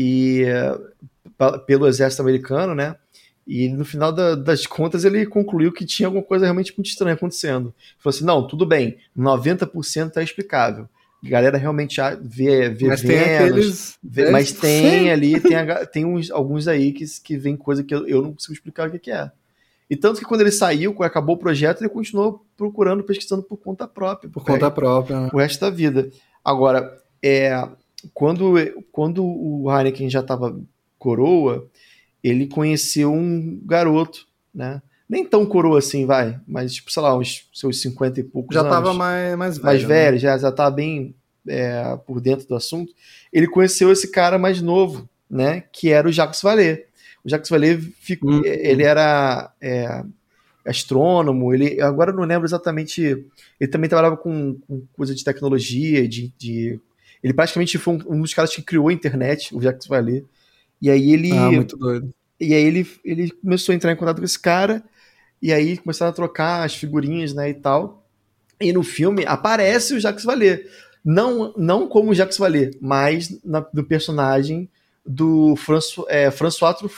pelo exército americano, né? E no final das contas ele concluiu que tinha alguma coisa realmente muito estranha acontecendo. Ele falou assim, não, tudo bem, 90% é explicável. A galera realmente vê mas tem aqueles... mas tem alguns aí que vem coisa que eu não consigo explicar o que é. E tanto que quando ele saiu, quando acabou o projeto, ele continuou pesquisando por conta própria. Por conta própria, né? O resto da vida. Agora, quando o Heineken já estava coroa, ele conheceu um garoto, né? Nem tão coroa assim, mas tipo, sei lá, uns seus 50 e poucos anos. Já tava mais velho. Mais velho, né? já tava bem por dentro do assunto. Ele conheceu esse cara mais novo, né? Que era o Jacques Vallée. O Jacques Vallée, ele era astrônomo, agora eu não lembro exatamente, ele também trabalhava com coisa de tecnologia, ele praticamente foi um dos caras que criou a internet, o Jacques Vallée. E aí muito doido. E aí ele começou a entrar em contato com esse cara, e aí começaram a trocar as figurinhas, né, e tal. E no filme aparece o Jacques Vallée. Não como o Jacques Vallée, mas no personagem do François Truffaut,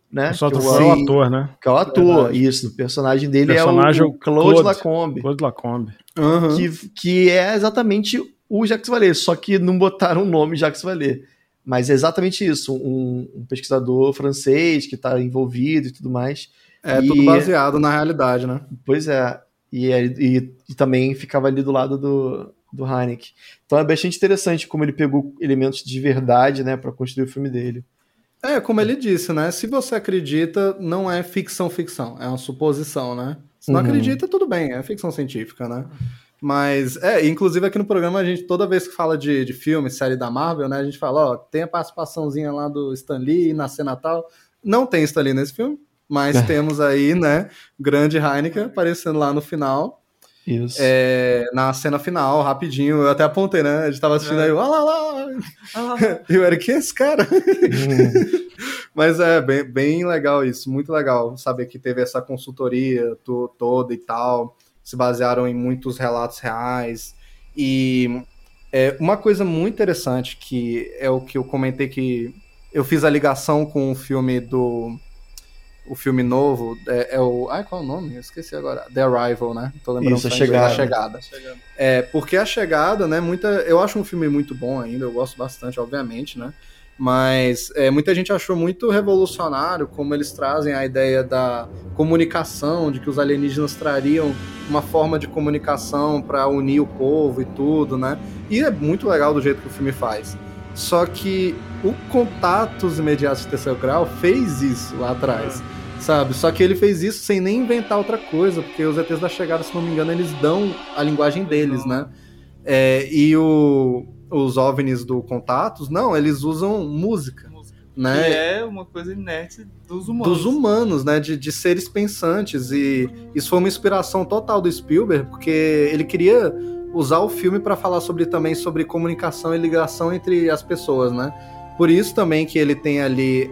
né? Só trufou é o ator, né? Que é o ator, isso. O personagem dele é o Claude Lacombe. Claude Lacombe. Que é exatamente o Jacques Vallée, só que não botaram o nome Jacques Vallée. Mas é exatamente isso, um pesquisador francês que está envolvido e tudo mais. Tudo baseado na realidade, né? Pois é. E também ficava ali do lado do Haneke. Então é bastante interessante como ele pegou elementos de verdade, né, para construir o filme dele. Como ele disse, né? Se você acredita, não é ficção, é uma suposição, né? Se não acredita, tudo bem, é ficção científica, né? Mas, inclusive aqui no programa, a gente, toda vez que fala de filme, série da Marvel, né? A gente fala, tem a participaçãozinha lá do Stan Lee na cena tal. Não tem Stan Lee nesse filme, mas temos aí, né? Grande Haneke aparecendo lá no final. Isso. Na cena final, rapidinho, eu até apontei, né? A gente tava assistindo aí, lá. E o Eric, quem é esse cara? Mas bem legal isso, muito legal saber que teve essa consultoria toda e tal, se basearam em muitos relatos reais. E uma coisa muito interessante, que é o que eu comentei, que eu fiz a ligação com o filme o filme novo, qual é o nome? Eu esqueci agora. The Arrival, né? Tô lembrando. Isso, A Chegada. Porque A Chegada, né? Eu acho um filme muito bom ainda, eu gosto bastante, obviamente, né? Mas muita gente achou muito revolucionário como eles trazem a ideia da comunicação, de que os alienígenas trariam uma forma de comunicação para unir o povo e tudo, né? E é muito legal do jeito que o filme faz. Só que o Contatos Imediatos de Terceiro Grau fez isso lá atrás, sabe? Só que ele fez isso sem nem inventar outra coisa, porque os ETs da Chegada, se não me engano, eles dão a linguagem deles, né? E os OVNIs do Contatos, não, eles usam música, né? Que é uma coisa inerte dos humanos. Dos humanos, né? De seres pensantes. E isso foi uma inspiração total do Spielberg, porque ele queria usar o filme para falar também sobre comunicação e ligação entre as pessoas, né? Por isso também que ele tem ali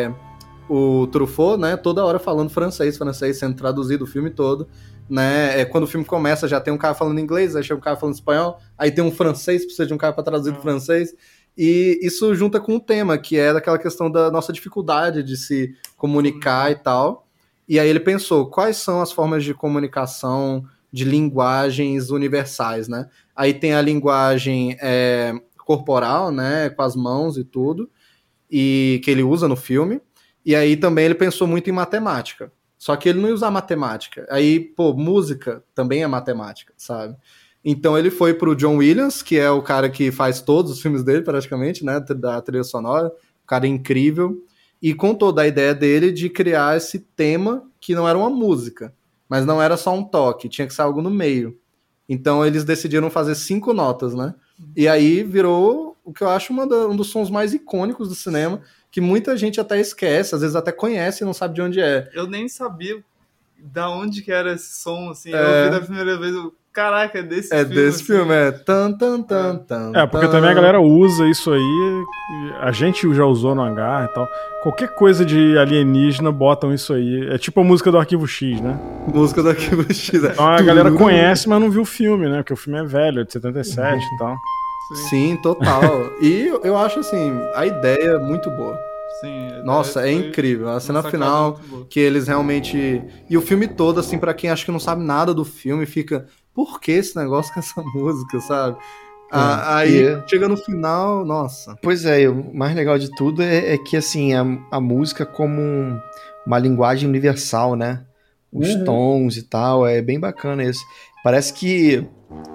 o Truffaut, né? Toda hora falando francês sendo traduzido o filme todo, né? Quando o filme começa, já tem um cara falando inglês, aí chega um cara falando espanhol, aí tem um francês, precisa de um cara para traduzir do francês. E isso junta com o tema, que é daquela questão da nossa dificuldade de se comunicar e tal. E aí ele pensou, quais são as formas de comunicação, de linguagens universais, né? Aí tem a linguagem corporal, né? Com as mãos e tudo, e que ele usa no filme. E aí também ele pensou muito em matemática. Só que ele não ia usar matemática. Aí, música também é matemática, sabe? Então ele foi pro John Williams, que é o cara que faz todos os filmes dele, praticamente, né? Da trilha sonora. Um cara incrível. E contou da ideia dele de criar esse tema que não era uma música, mas não era só um toque, tinha que ser algo no meio. Então eles decidiram fazer 5 notas, né? E aí virou o que eu acho um dos sons mais icônicos do cinema, que muita gente até esquece, às vezes até conhece e não sabe de onde é. Eu nem sabia da onde que era esse som, assim. Eu ouvi da primeira vez, caraca, é desse filme. É desse filme, tan. Porque também a galera usa isso aí, a gente já usou no hangar e tal. Qualquer coisa de alienígena botam isso aí. É tipo a música do Arquivo X, né? Música do Arquivo X. Então a galera conhece, mas não viu o filme, né? Porque o filme é velho, é de 77 e tal. Sim, total. E eu acho, assim, a ideia é muito boa. Sim, nossa, é incrível. A cena final, que eles realmente... E o filme todo, assim, pra quem acha que não sabe nada do filme, fica... Por que esse negócio com essa música, sabe? Aí, chega no final, nossa. Pois é, o mais legal de tudo é que, assim, a música como uma linguagem universal, né? Os tons e tal, é bem bacana isso. Parece que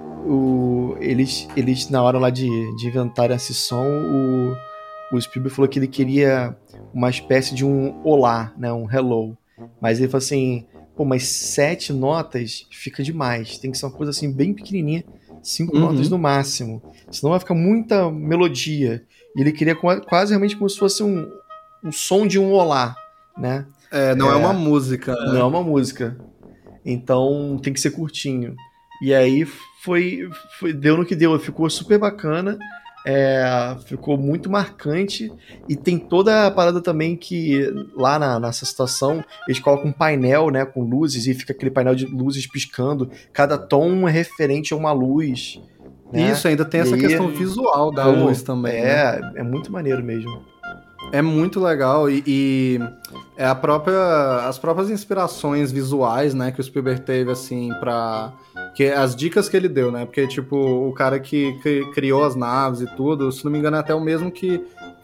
eles na hora lá de inventar esse som, o Spielberg falou que ele queria uma espécie de um olá, né? Um hello. Mas ele falou assim, mas 7 notas fica demais. Tem que ser uma coisa assim bem pequenininha, 5 notas no máximo. Senão vai ficar muita melodia. E ele queria quase realmente como se fosse um som de um olá, né? Não é uma música. Não é uma música. Então tem que ser curtinho. E aí deu no que deu. Ficou super bacana. Ficou muito marcante. E tem toda a parada também que lá nessa situação eles colocam um painel, né, com luzes, e fica aquele painel de luzes piscando. Cada tom é referente a uma luz, né? Isso, ainda tem essa questão visual da luz também. É muito maneiro mesmo. É muito legal e as próprias inspirações visuais, né, que o Spielberg teve, assim, as dicas que ele deu, né, porque, tipo, o cara que criou as naves e tudo, se não me engano, é até o mesmo que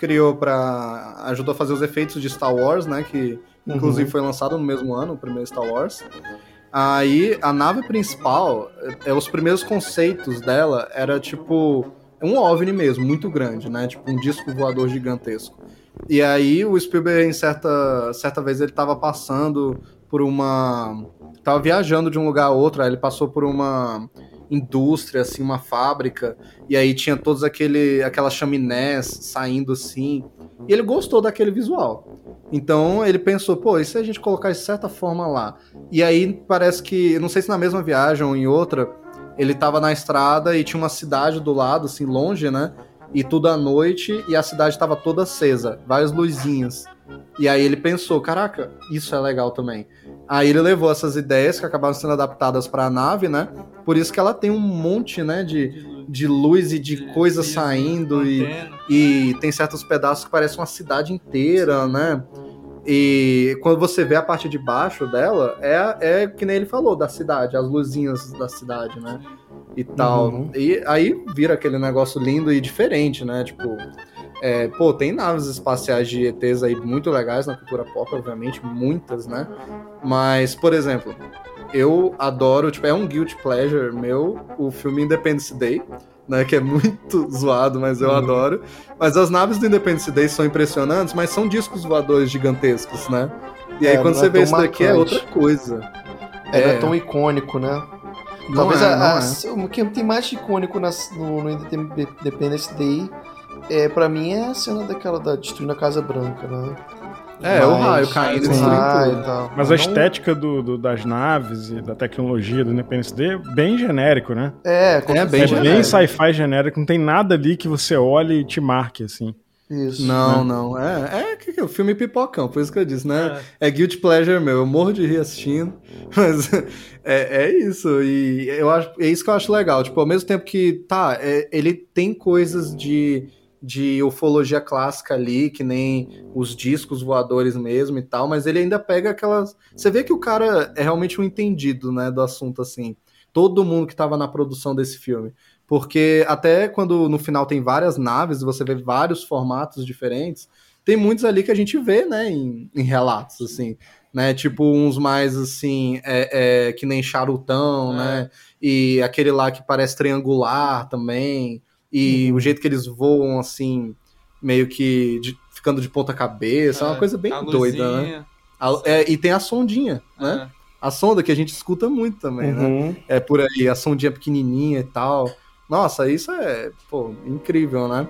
ajudou a fazer os efeitos de Star Wars, né, que inclusive foi lançado no mesmo ano, o primeiro Star Wars. Aí, a nave principal, os primeiros conceitos dela era, tipo, um OVNI mesmo, muito grande, né, tipo, um disco voador gigantesco. E aí o Spielberg, em certa vez, ele tava passando por tava viajando de um lugar a outro, aí ele passou por uma indústria, assim, uma fábrica, e aí tinha todas aquelas chaminés saindo assim, e ele gostou daquele visual. Então ele pensou, pô, e se a gente colocar de certa forma lá? E aí parece que, não sei se na mesma viagem ou em outra, ele tava na estrada e tinha uma cidade do lado, assim, longe, né? E tudo à noite, e a cidade estava toda acesa, várias luzinhas. E aí ele pensou, caraca, isso é legal também. Aí ele levou essas ideias que acabaram sendo adaptadas para a nave, né? Por isso que ela tem um monte, né, de luz e de coisa saindo, e tem certos pedaços que parecem uma cidade inteira, né? E quando você vê a parte de baixo dela, é que nem ele falou, da cidade, as luzinhas da cidade, né? E tal. E aí vira aquele negócio lindo e diferente, né? Tipo, tem naves espaciais de ETs aí muito legais na cultura pop, obviamente, muitas, né? Mas, por exemplo, eu adoro, tipo, é um guilty pleasure meu, o filme Independence Day, né, que é muito zoado, mas eu adoro. Mas as naves do Independence Day são impressionantes, mas são discos voadores gigantescos, né? E aí quando você vê isso daqui é outra coisa. Não é tão icônico, né? Talvez o que tem mais de icônico no Independence Day, pra mim, é a cena da destruindo a Casa Branca, né? O raio caindo e tal. Mas a estética das naves e da tecnologia do Independence Day é bem genérico, né? Bem sci-fi genérico, não tem nada ali que você olhe e te marque, assim. Isso. Não. É o filme pipocão, por isso que eu disse, né? É guilty pleasure meu, eu morro de rir assistindo, mas é isso, e é isso que eu acho legal, tipo, ao mesmo tempo que, ele tem coisas de ufologia clássica ali, que nem os discos voadores mesmo e tal, mas ele ainda pega aquelas... Você vê que o cara é realmente um entendido, né, do assunto, assim. Todo mundo que tava na produção desse filme. Porque até quando no final tem várias naves, você vê vários formatos diferentes, tem muitos ali que a gente vê, né, em relatos, assim, né, tipo uns mais, assim, que nem charutão, né, e aquele lá que parece triangular também, e o jeito que eles voam, assim, meio que ficando de ponta cabeça, é uma coisa bem doida, né? E tem a sondinha, né? A sonda que a gente escuta muito também, né? É por aí, a sondinha pequenininha e tal. Nossa, isso é, incrível, né?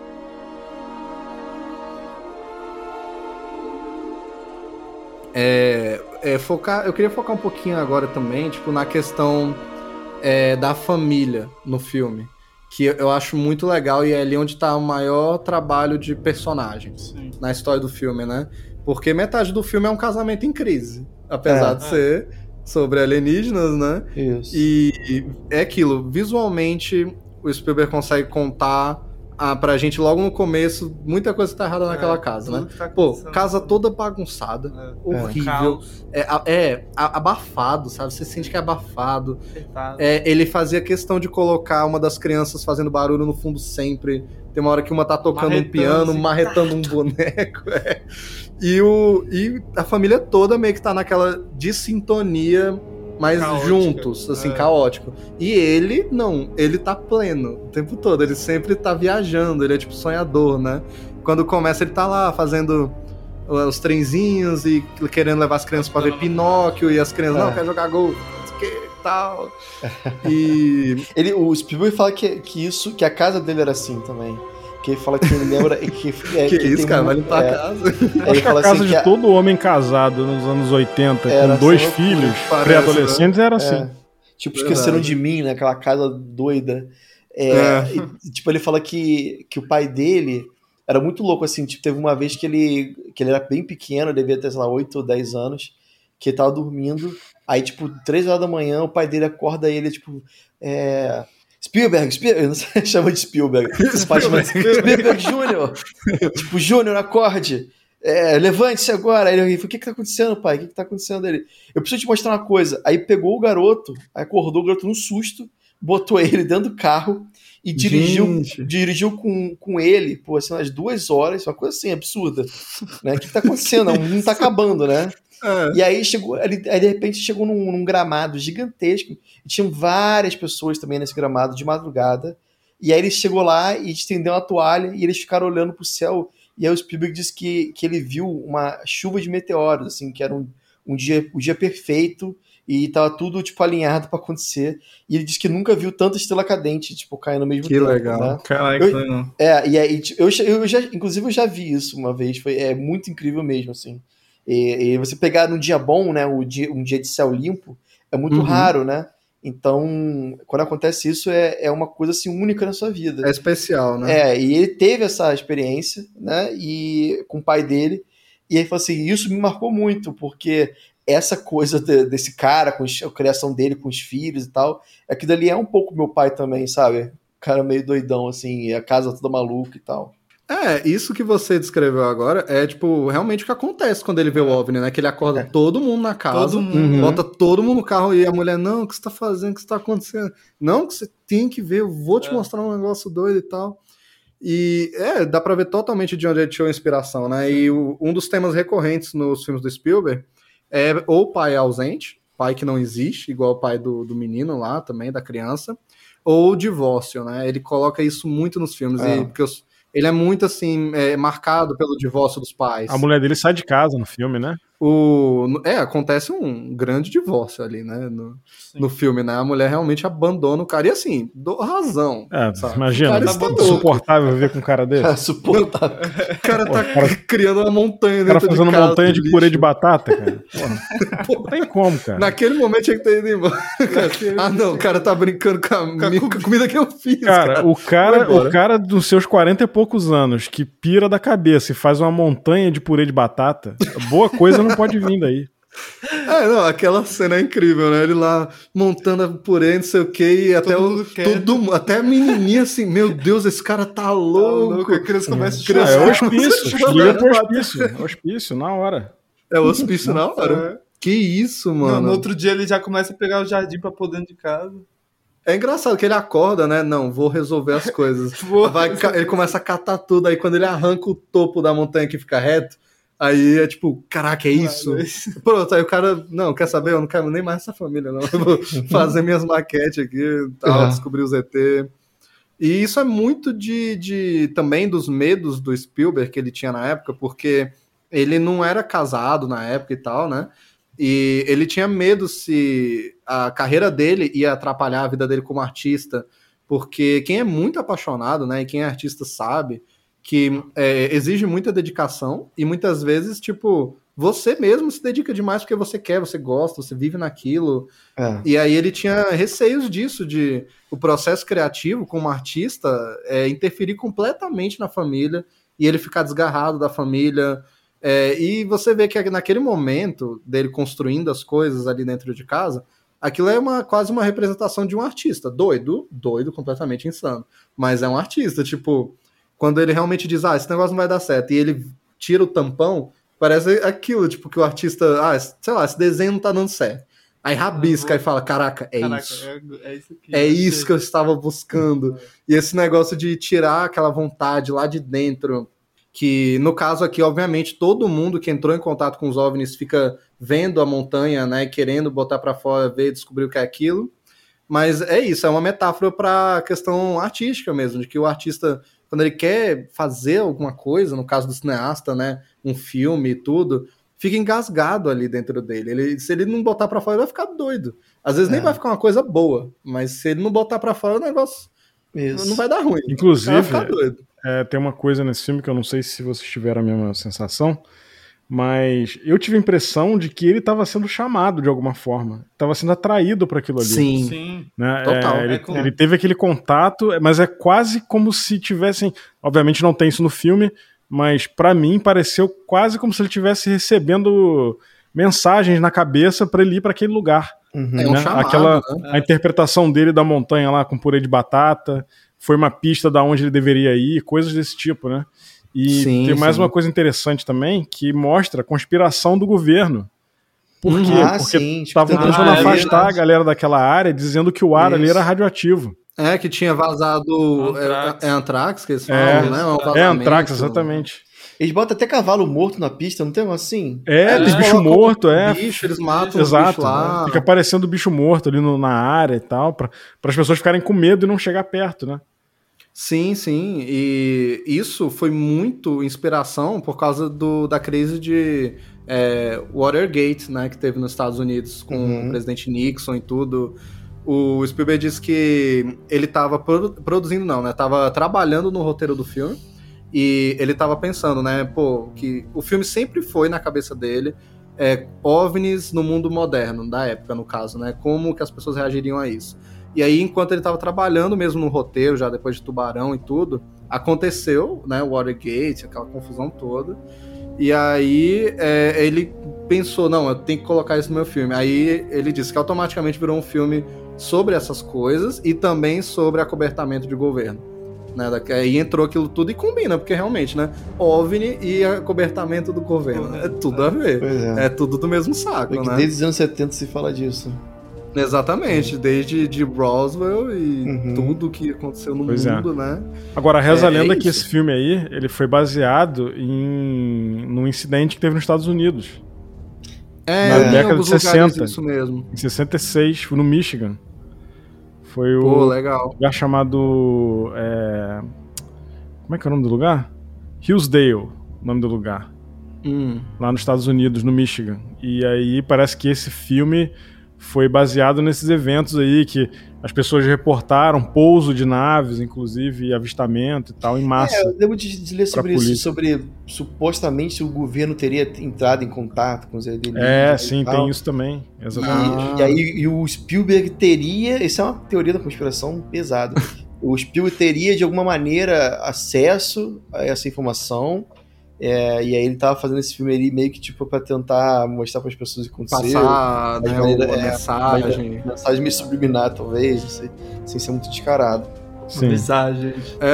Eu queria focar um pouquinho agora também, tipo, na questão da família no filme. Que eu acho muito legal e é ali onde tá o maior trabalho de personagens na história do filme, né? Porque metade do filme é um casamento em crise, apesar de ser sobre alienígenas, né? Isso. E é aquilo, visualmente o Spielberg consegue contar pra gente logo no começo muita coisa que tá errada naquela casa, né? Casa toda bagunçada, horrível, abafado, sabe? Você sente que é abafado. Ele fazia questão de colocar uma das crianças fazendo barulho no fundo sempre. Tem uma hora que uma tá tocando um piano, marretando um boneco. E a família toda meio que tá naquela dissintonia, mas juntos, assim, caótico. E ele, não, ele tá pleno o tempo todo, ele sempre tá viajando, ele é tipo sonhador, né? Quando começa, ele tá lá fazendo os trenzinhos e querendo levar as crianças pra ver Pinóquio, e as crianças, não, quer jogar gol, que tal. E o Spielberg fala que a casa dele era assim também. Que ele fala que ele lembra... que isso, cara, vai limpar a casa. Acho que a casa de todo homem casado nos anos 80, com 2 filhos, pré-adolescentes, era assim. Tipo, Esqueceram de Mim, né? Aquela casa doida. E, tipo, ele fala que o pai dele era muito louco, assim. Tipo, teve uma vez que ele era bem pequeno, devia ter, sei lá, 8 ou 10 anos, que ele tava dormindo. Aí, tipo, 3 horas da manhã, o pai dele acorda ele, tipo... Spielberg, eu não sei, chama de Spielberg. Spielberg Júnior. Tipo, Júnior, acorde. levante-se agora. Aí ele falou, o que tá acontecendo, pai? O que tá acontecendo? Ele, eu preciso te mostrar uma coisa. Aí pegou o garoto, aí acordou o garoto num susto, botou ele dentro do carro e dirigiu com ele, pô, assim, umas 2 horas, uma coisa assim, absurda. Né? O que tá acontecendo? O mundo tá acabando, né? E aí de repente chegou num gramado gigantesco, e tinham várias pessoas também nesse gramado de madrugada, e aí ele chegou lá e estendeu uma toalha, e eles ficaram olhando pro céu, e aí o Spielberg disse que ele viu uma chuva de meteoros, assim, que era o dia perfeito, e tava tudo, tipo, alinhado pra acontecer. E ele disse que nunca viu tanta estrela cadente, tipo, caindo ao mesmo tempo. Que legal. Né? Caraca, e aí, inclusive, eu já vi isso uma vez. É muito incrível mesmo, assim. E você pegar num dia bom, né, um dia de céu limpo, é muito raro, né? Então, quando acontece isso, é uma coisa, assim, única na sua vida. É especial, né? E ele teve essa experiência, né, e com o pai dele. E ele falou assim, isso me marcou muito, porque essa coisa desse cara, com a criação dele com os filhos e tal, aquilo ali é um pouco meu pai também, sabe? O cara meio doidão, assim, a casa toda maluca e tal. Isso que você descreveu agora é, tipo, realmente o que acontece quando ele vê o OVNI, né? Que ele acorda todo mundo na casa, bota todo mundo no carro e a mulher, não, o que você tá fazendo? O que você tá acontecendo? Não, que você tem que ver, eu vou te mostrar um negócio doido e tal. E dá pra ver totalmente de onde ele tirou a inspiração, né? E um dos temas recorrentes nos filmes do Spielberg é ou o pai ausente, pai que não existe, igual o pai do menino lá também, da criança, ou o divórcio, né? Ele coloca isso muito nos filmes, porque ele é muito, assim, marcado pelo divórcio dos pais. A mulher dele sai de casa no filme, né? Acontece um grande divórcio ali, né? No filme, né? A mulher realmente abandona o cara. E assim, dou razão. Imagina, tá suportável viver com um cara desse. Suportável. O cara tá criando uma montanha dentro de casa. O cara fazendo uma montanha de purê de batata, cara. Não tem como, cara. Naquele momento tinha que ter ido embora. Não, o cara tá brincando com a comida que eu fiz. Cara, o cara dos seus 40 e poucos anos que pira da cabeça e faz uma montanha de purê de batata, boa coisa não pode vir daí. Aquela cena é incrível, né? Ele lá montando a purê, não sei o que, e até a menininha assim, meu Deus, esse cara tá louco. A criança começa a chorar. É o hospício, liga pro hospício. Hospício, na hora. É o hospício na hora. Que isso, mano. No outro dia ele já começa a pegar o jardim pra pôr dentro de casa. É engraçado que ele acorda, né? Não, vou resolver as coisas. Ele começa a catar tudo, aí quando ele arranca o topo da montanha que fica reto, aí é tipo, caraca, é isso? Pronto, aí o cara, não, quer saber? Eu não quero nem mais essa família, não. Eu vou fazer minhas maquetes aqui, tal, descobrir os ET. E isso é muito também dos medos do Spielberg que ele tinha na época, porque ele não era casado na época e tal, né? E ele tinha medo se a carreira dele ia atrapalhar a vida dele como artista, porque quem é muito apaixonado, né, e quem é artista sabe que exige muita dedicação e muitas vezes, tipo, você mesmo se dedica demais porque você quer, você gosta, você vive naquilo. E aí ele tinha receios disso, de o processo criativo como artista interferir completamente na família e ele ficar desgarrado da família. E você vê que naquele momento dele construindo as coisas ali dentro de casa, aquilo é quase uma representação de um artista doido, completamente insano, mas é um artista, tipo, quando ele realmente diz, esse negócio não vai dar certo, e ele tira o tampão, parece aquilo, tipo, que o artista, sei lá, esse desenho não tá dando certo, aí rabisca e fala, caraca, isso. Isso aqui, é isso que eu estava buscando. E esse negócio de tirar aquela vontade lá de dentro, que no caso aqui, obviamente, todo mundo que entrou em contato com os OVNIs fica vendo a montanha, né, querendo botar para fora, ver, descobrir o que é aquilo, mas é isso, é uma metáfora para a questão artística mesmo, de que o artista, quando ele quer fazer alguma coisa, no caso do cineasta, né, um filme e tudo, fica engasgado ali dentro dele. Se ele não botar para fora, ele vai ficar doido. Às vezes nem vai ficar uma coisa boa, mas se ele não botar para fora, o negócio não vai dar ruim. Inclusive, vai ficar doido. Tem uma coisa nesse filme que eu não sei se vocês tiveram a mesma sensação, mas eu tive a impressão de que ele estava sendo chamado de alguma forma, estava sendo atraído para aquilo ali. Sim. Né? Total. Ele teve aquele contato, mas é quase como se tivessem, obviamente não tem isso no filme, mas para mim pareceu quase como se ele estivesse recebendo mensagens na cabeça para ele ir para aquele lugar. É um chamado, né? A interpretação dele da montanha lá com purê de batata foi uma pista da onde ele deveria ir, coisas desse tipo, né? E tem mais uma coisa interessante também, que mostra a conspiração do governo. Por quê? Porque estavam tentando afastar a galera daquela área, dizendo que o ar ali era radioativo. Que tinha vazado... Anthrax que eles falam, né? Anthrax, exatamente. Eles botam até cavalo morto na pista, não tem um assim? Tem bicho morto, Eles matam exato, o bicho lá. Fica aparecendo bicho morto ali na área e tal, para as pessoas ficarem com medo e não chegar perto, né? Sim. E isso foi muito inspiração por causa da crise de Watergate, né? Que teve nos Estados Unidos com o presidente Nixon e tudo. O Spielberg disse que ele estava produzindo, estava trabalhando no roteiro do filme e ele estava pensando, né, que o filme sempre foi na cabeça dele OVNIs no mundo moderno, da época, no caso, né, como que as pessoas reagiriam a isso. E aí, enquanto ele estava trabalhando mesmo no roteiro, já depois de Tubarão e tudo, aconteceu, né, o Watergate, aquela confusão toda. E aí ele pensou, não, eu tenho que colocar isso no meu filme. Aí ele disse que automaticamente virou um filme sobre essas coisas e também sobre acobertamento de governo. Né? Aí entrou aquilo tudo e combina, porque realmente, né? OVNI e acobertamento do governo. É tudo a ver. É tudo do mesmo saco, né? Desde os anos 70 se fala disso. Exatamente, desde de Roswell e tudo que aconteceu no mundo, né? Agora, reza a lenda que esse filme aí, ele foi baseado num incidente que teve nos Estados Unidos. Na década de 60. Isso mesmo. Em 66, no Michigan. Foi legal. Lugar chamado... como é que é o nome do lugar? Hillsdale, o nome do lugar. Lá nos Estados Unidos, no Michigan. E aí parece que esse filme foi baseado nesses eventos aí que as pessoas reportaram pouso de naves, inclusive, avistamento e tal, em massa. Eu lembro de ler sobre isso, sobre supostamente o governo teria entrado em contato com os alienígenas. Sim, tem isso também. Exatamente. E aí o Spielberg teria, isso é uma teoria da conspiração pesada, o Spielberg teria de alguma maneira acesso a essa informação. E aí ele tava fazendo esse filme ali meio que tipo pra tentar mostrar para as pessoas o que aconteceu. Passar, né, mensagem. Mensagem meio subliminar, talvez, não sei, sem ser muito descarado. Sim. Mensagem.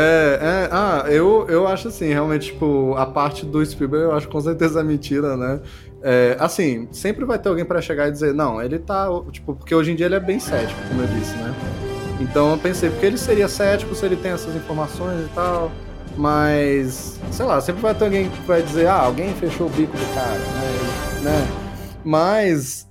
Eu acho assim, realmente, tipo, a parte do Spielberg eu acho com certeza é mentira, né? Assim, sempre vai ter alguém pra chegar e dizer, não, ele tá, tipo, porque hoje em dia ele é bem cético, como eu disse, né? Então eu pensei, porque ele seria cético se ele tem essas informações e tal... Mas, sei lá, sempre vai ter alguém que vai dizer, alguém fechou o bico do cara, né? Mas,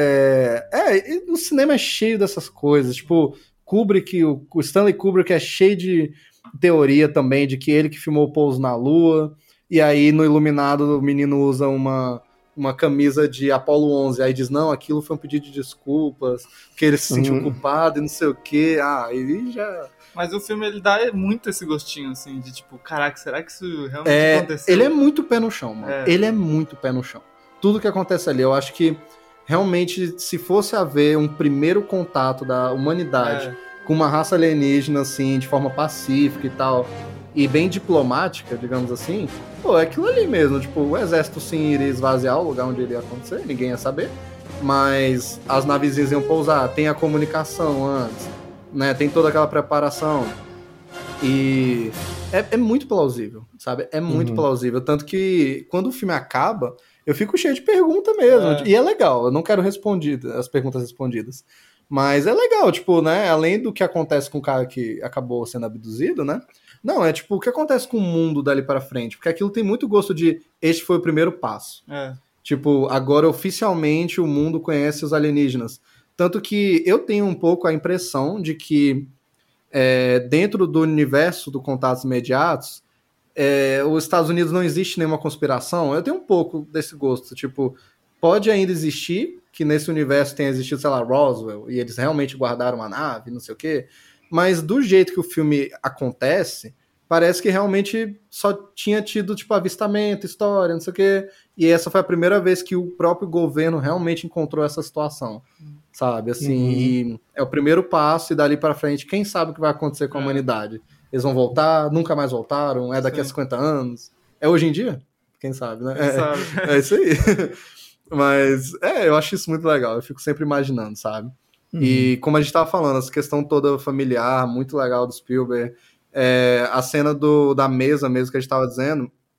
o cinema é cheio dessas coisas, tipo, Kubrick, o Stanley Kubrick é cheio de teoria também, de que ele que filmou o pouso na Lua, e aí no Iluminado o menino usa uma camisa de Apollo 11, aí diz, não, aquilo foi um pedido de desculpas, que ele se sentiu culpado e não sei o quê, ele já... Mas o filme, ele dá muito esse gostinho, assim, de tipo, caraca, será que isso realmente aconteceu? Ele é muito pé no chão, mano. Ele é muito pé no chão. Tudo que acontece ali, eu acho que realmente, se fosse haver um primeiro contato da humanidade com uma raça alienígena, assim, de forma pacífica e tal, e bem diplomática, digamos assim, é aquilo ali mesmo, tipo, o exército sim iria esvaziar o lugar onde ele ia acontecer, ninguém ia saber, mas as navezinhas iam pousar, tem a comunicação antes, né, tem toda aquela preparação e é muito plausível, sabe? É muito plausível, tanto que quando o filme acaba, eu fico cheio de pergunta mesmo, e é legal, eu não quero as perguntas respondidas, mas é legal, tipo, né, além do que acontece com o cara que acabou sendo abduzido, né, não, é tipo, o que acontece com o mundo dali para frente, porque aquilo tem muito gosto de, este foi o primeiro passo, tipo, agora oficialmente o mundo conhece os alienígenas. Tanto que eu tenho um pouco a impressão de que dentro do universo do Contatos Imediatos, os Estados Unidos não existe nenhuma conspiração. Eu tenho um pouco desse gosto. Tipo, pode ainda existir que nesse universo tenha existido, sei lá, Roswell, e eles realmente guardaram uma nave, não sei o quê. Mas do jeito que o filme acontece, parece que realmente só tinha tido, tipo, avistamento, história, não sei o quê. E essa foi a primeira vez que o próprio governo realmente encontrou essa situação. Sabe, assim, e é o primeiro passo e dali pra frente, quem sabe o que vai acontecer com a humanidade? Eles vão voltar, nunca mais voltaram, daqui a 50 anos, hoje em dia? Quem sabe, né? É isso aí. Mas, eu acho isso muito legal, eu fico sempre imaginando, sabe? E como a gente tava falando, essa questão toda familiar, muito legal do Spielberg, a cena da mesa mesmo que a gente tava dizendo,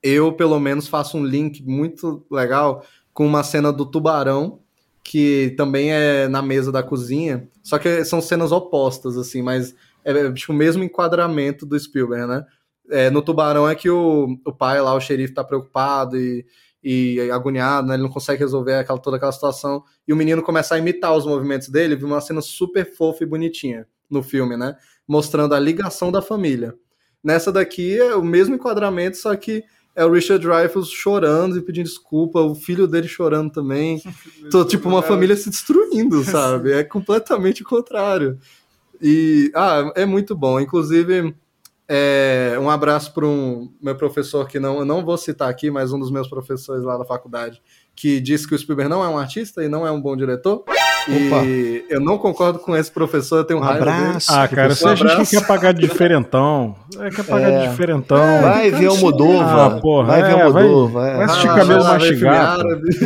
eu, pelo menos, faço um link muito legal com uma cena do tubarão, que também é na mesa da cozinha, só que são cenas opostas, assim, mas é tipo, o mesmo enquadramento do Spielberg, né? No tubarão é que o pai lá, o xerife, tá preocupado e agoniado, né? Ele não consegue resolver toda aquela situação, e o menino começa a imitar os movimentos dele, viu uma cena super fofa e bonitinha no filme, né? Mostrando a ligação da família. Nessa daqui é o mesmo enquadramento, só que é o Richard Dreyfuss chorando e pedindo desculpa, o filho dele chorando também. Então, tipo, uma família se destruindo, sabe? É completamente o contrário. E, é muito bom. Inclusive, um abraço para um meu professor que eu não vou citar aqui, mas um dos meus professores lá da faculdade, que disse que o Spielberg não é um artista e não é um bom diretor. Opa. E eu não concordo com esse professor, eu tenho raiva dele. Cara, se a gente quer pagar de diferentão, de diferentão. Vai ver o Moldova. Vai ver o Moldova. Vai assistir cabelo mastigado.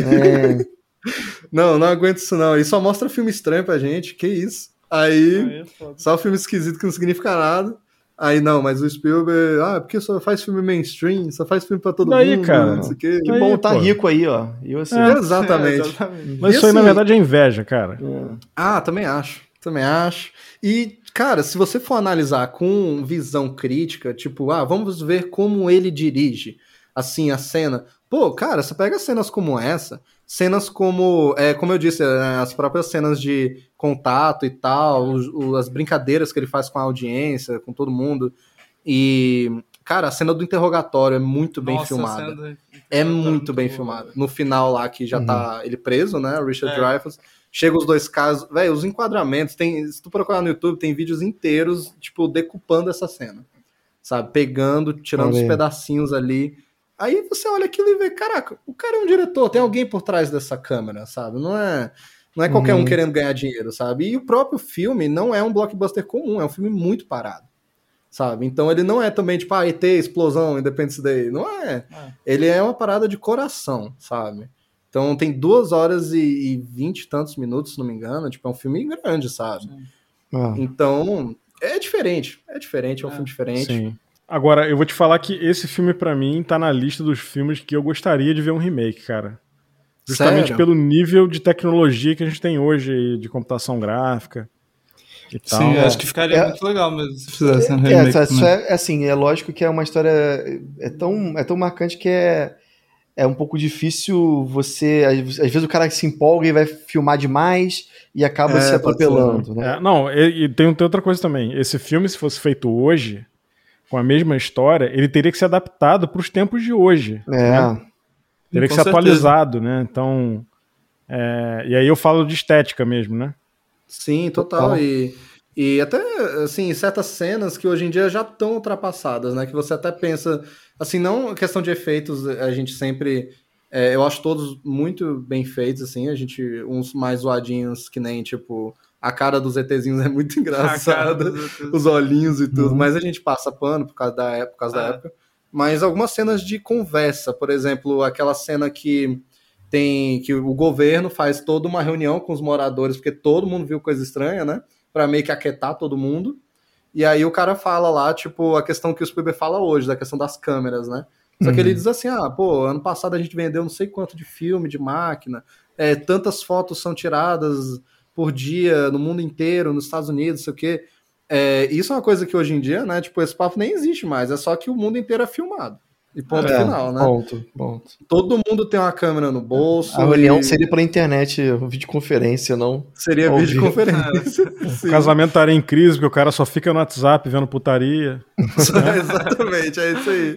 Não aguento isso não. E só mostra filme estranho pra gente, que isso. Aí, só filme esquisito que não significa nada. Aí não, mas o Spielberg, porque só faz filme mainstream, só faz filme pra todo mundo, cara, não sei o quê. Que bom, tá rico aí, ó. Exatamente. Mas isso aí, na verdade, é inveja, cara. Também acho. E, cara, se você for analisar com visão crítica, tipo, vamos ver como ele dirige, assim, a cena. Pô, cara, você pega cenas como essa, cenas como eu disse, as próprias cenas de contato e tal, as brincadeiras que ele faz com a audiência, com todo mundo. E, cara, a cena do interrogatório é muito bem filmada. É muito bem filmada. No final lá, que já tá ele preso, né, o Richard Dreyfuss. Chega os dois casos, velho, os enquadramentos, se tu procurar no YouTube, tem vídeos inteiros, tipo, decupando essa cena, sabe? Pegando, tirando os pedacinhos ali. Aí você olha aquilo e vê, caraca, o cara é um diretor, tem alguém por trás dessa câmera, sabe? Não é qualquer um querendo ganhar dinheiro, sabe? E o próprio filme não é um blockbuster comum, é um filme muito parado, sabe? Então ele não é também tipo, ET, explosão, Independence Day, não é. Ele é uma parada de coração, sabe? Então tem 2 horas e 20 e tantos minutos, se não me engano, tipo, é um filme grande, sabe? Então, é diferente, é um filme diferente. Sim. Agora, eu vou te falar que esse filme, pra mim, tá na lista dos filmes que eu gostaria de ver um remake, cara. Justamente Sério? pelo nível de tecnologia que a gente tem hoje, de computação gráfica e tal. Sim, acho que ficaria muito legal mesmo se fizesse um remake. Assim, é lógico que é uma história tão marcante que é um pouco difícil você... Às vezes o cara se empolga e vai filmar demais e acaba se atropelando, né? E tem outra coisa também. Esse filme, se fosse feito hoje, com a mesma história, ele teria que ser adaptado para os tempos de hoje. Né? Teria que ser atualizado, né? Então, e aí eu falo de estética mesmo, né? Sim, total. E até, assim, certas cenas que hoje em dia já estão ultrapassadas, né? Que você até pensa, assim, não questão de efeitos, a gente sempre... eu acho todos muito bem feitos, assim, uns mais zoadinhos, que nem, tipo... A cara dos ETzinhos é muito engraçada, os olhinhos e tudo, mas a gente passa pano por causa da época. Mas algumas cenas de conversa, por exemplo, aquela cena que o governo faz toda uma reunião com os moradores, porque todo mundo viu coisa estranha, né? Pra meio que aquietar todo mundo. E aí o cara fala lá, tipo, a questão que o Spielberg fala hoje, da questão das câmeras, né? Só que ele diz assim, ano passado a gente vendeu não sei quanto de filme, de máquina, tantas fotos são tiradas por dia no mundo inteiro, nos Estados Unidos, não sei o quê. Isso é uma coisa que hoje em dia, né, tipo, esse papo nem existe mais, é só que o mundo inteiro é filmado. E ponto final, né? Ponto. Todo mundo tem uma câmera no bolso. A reunião seria pela internet, videoconferência, não? Seria videoconferência. O casamento estaria em crise, porque o cara só fica no WhatsApp vendo putaria. Exatamente, é isso aí.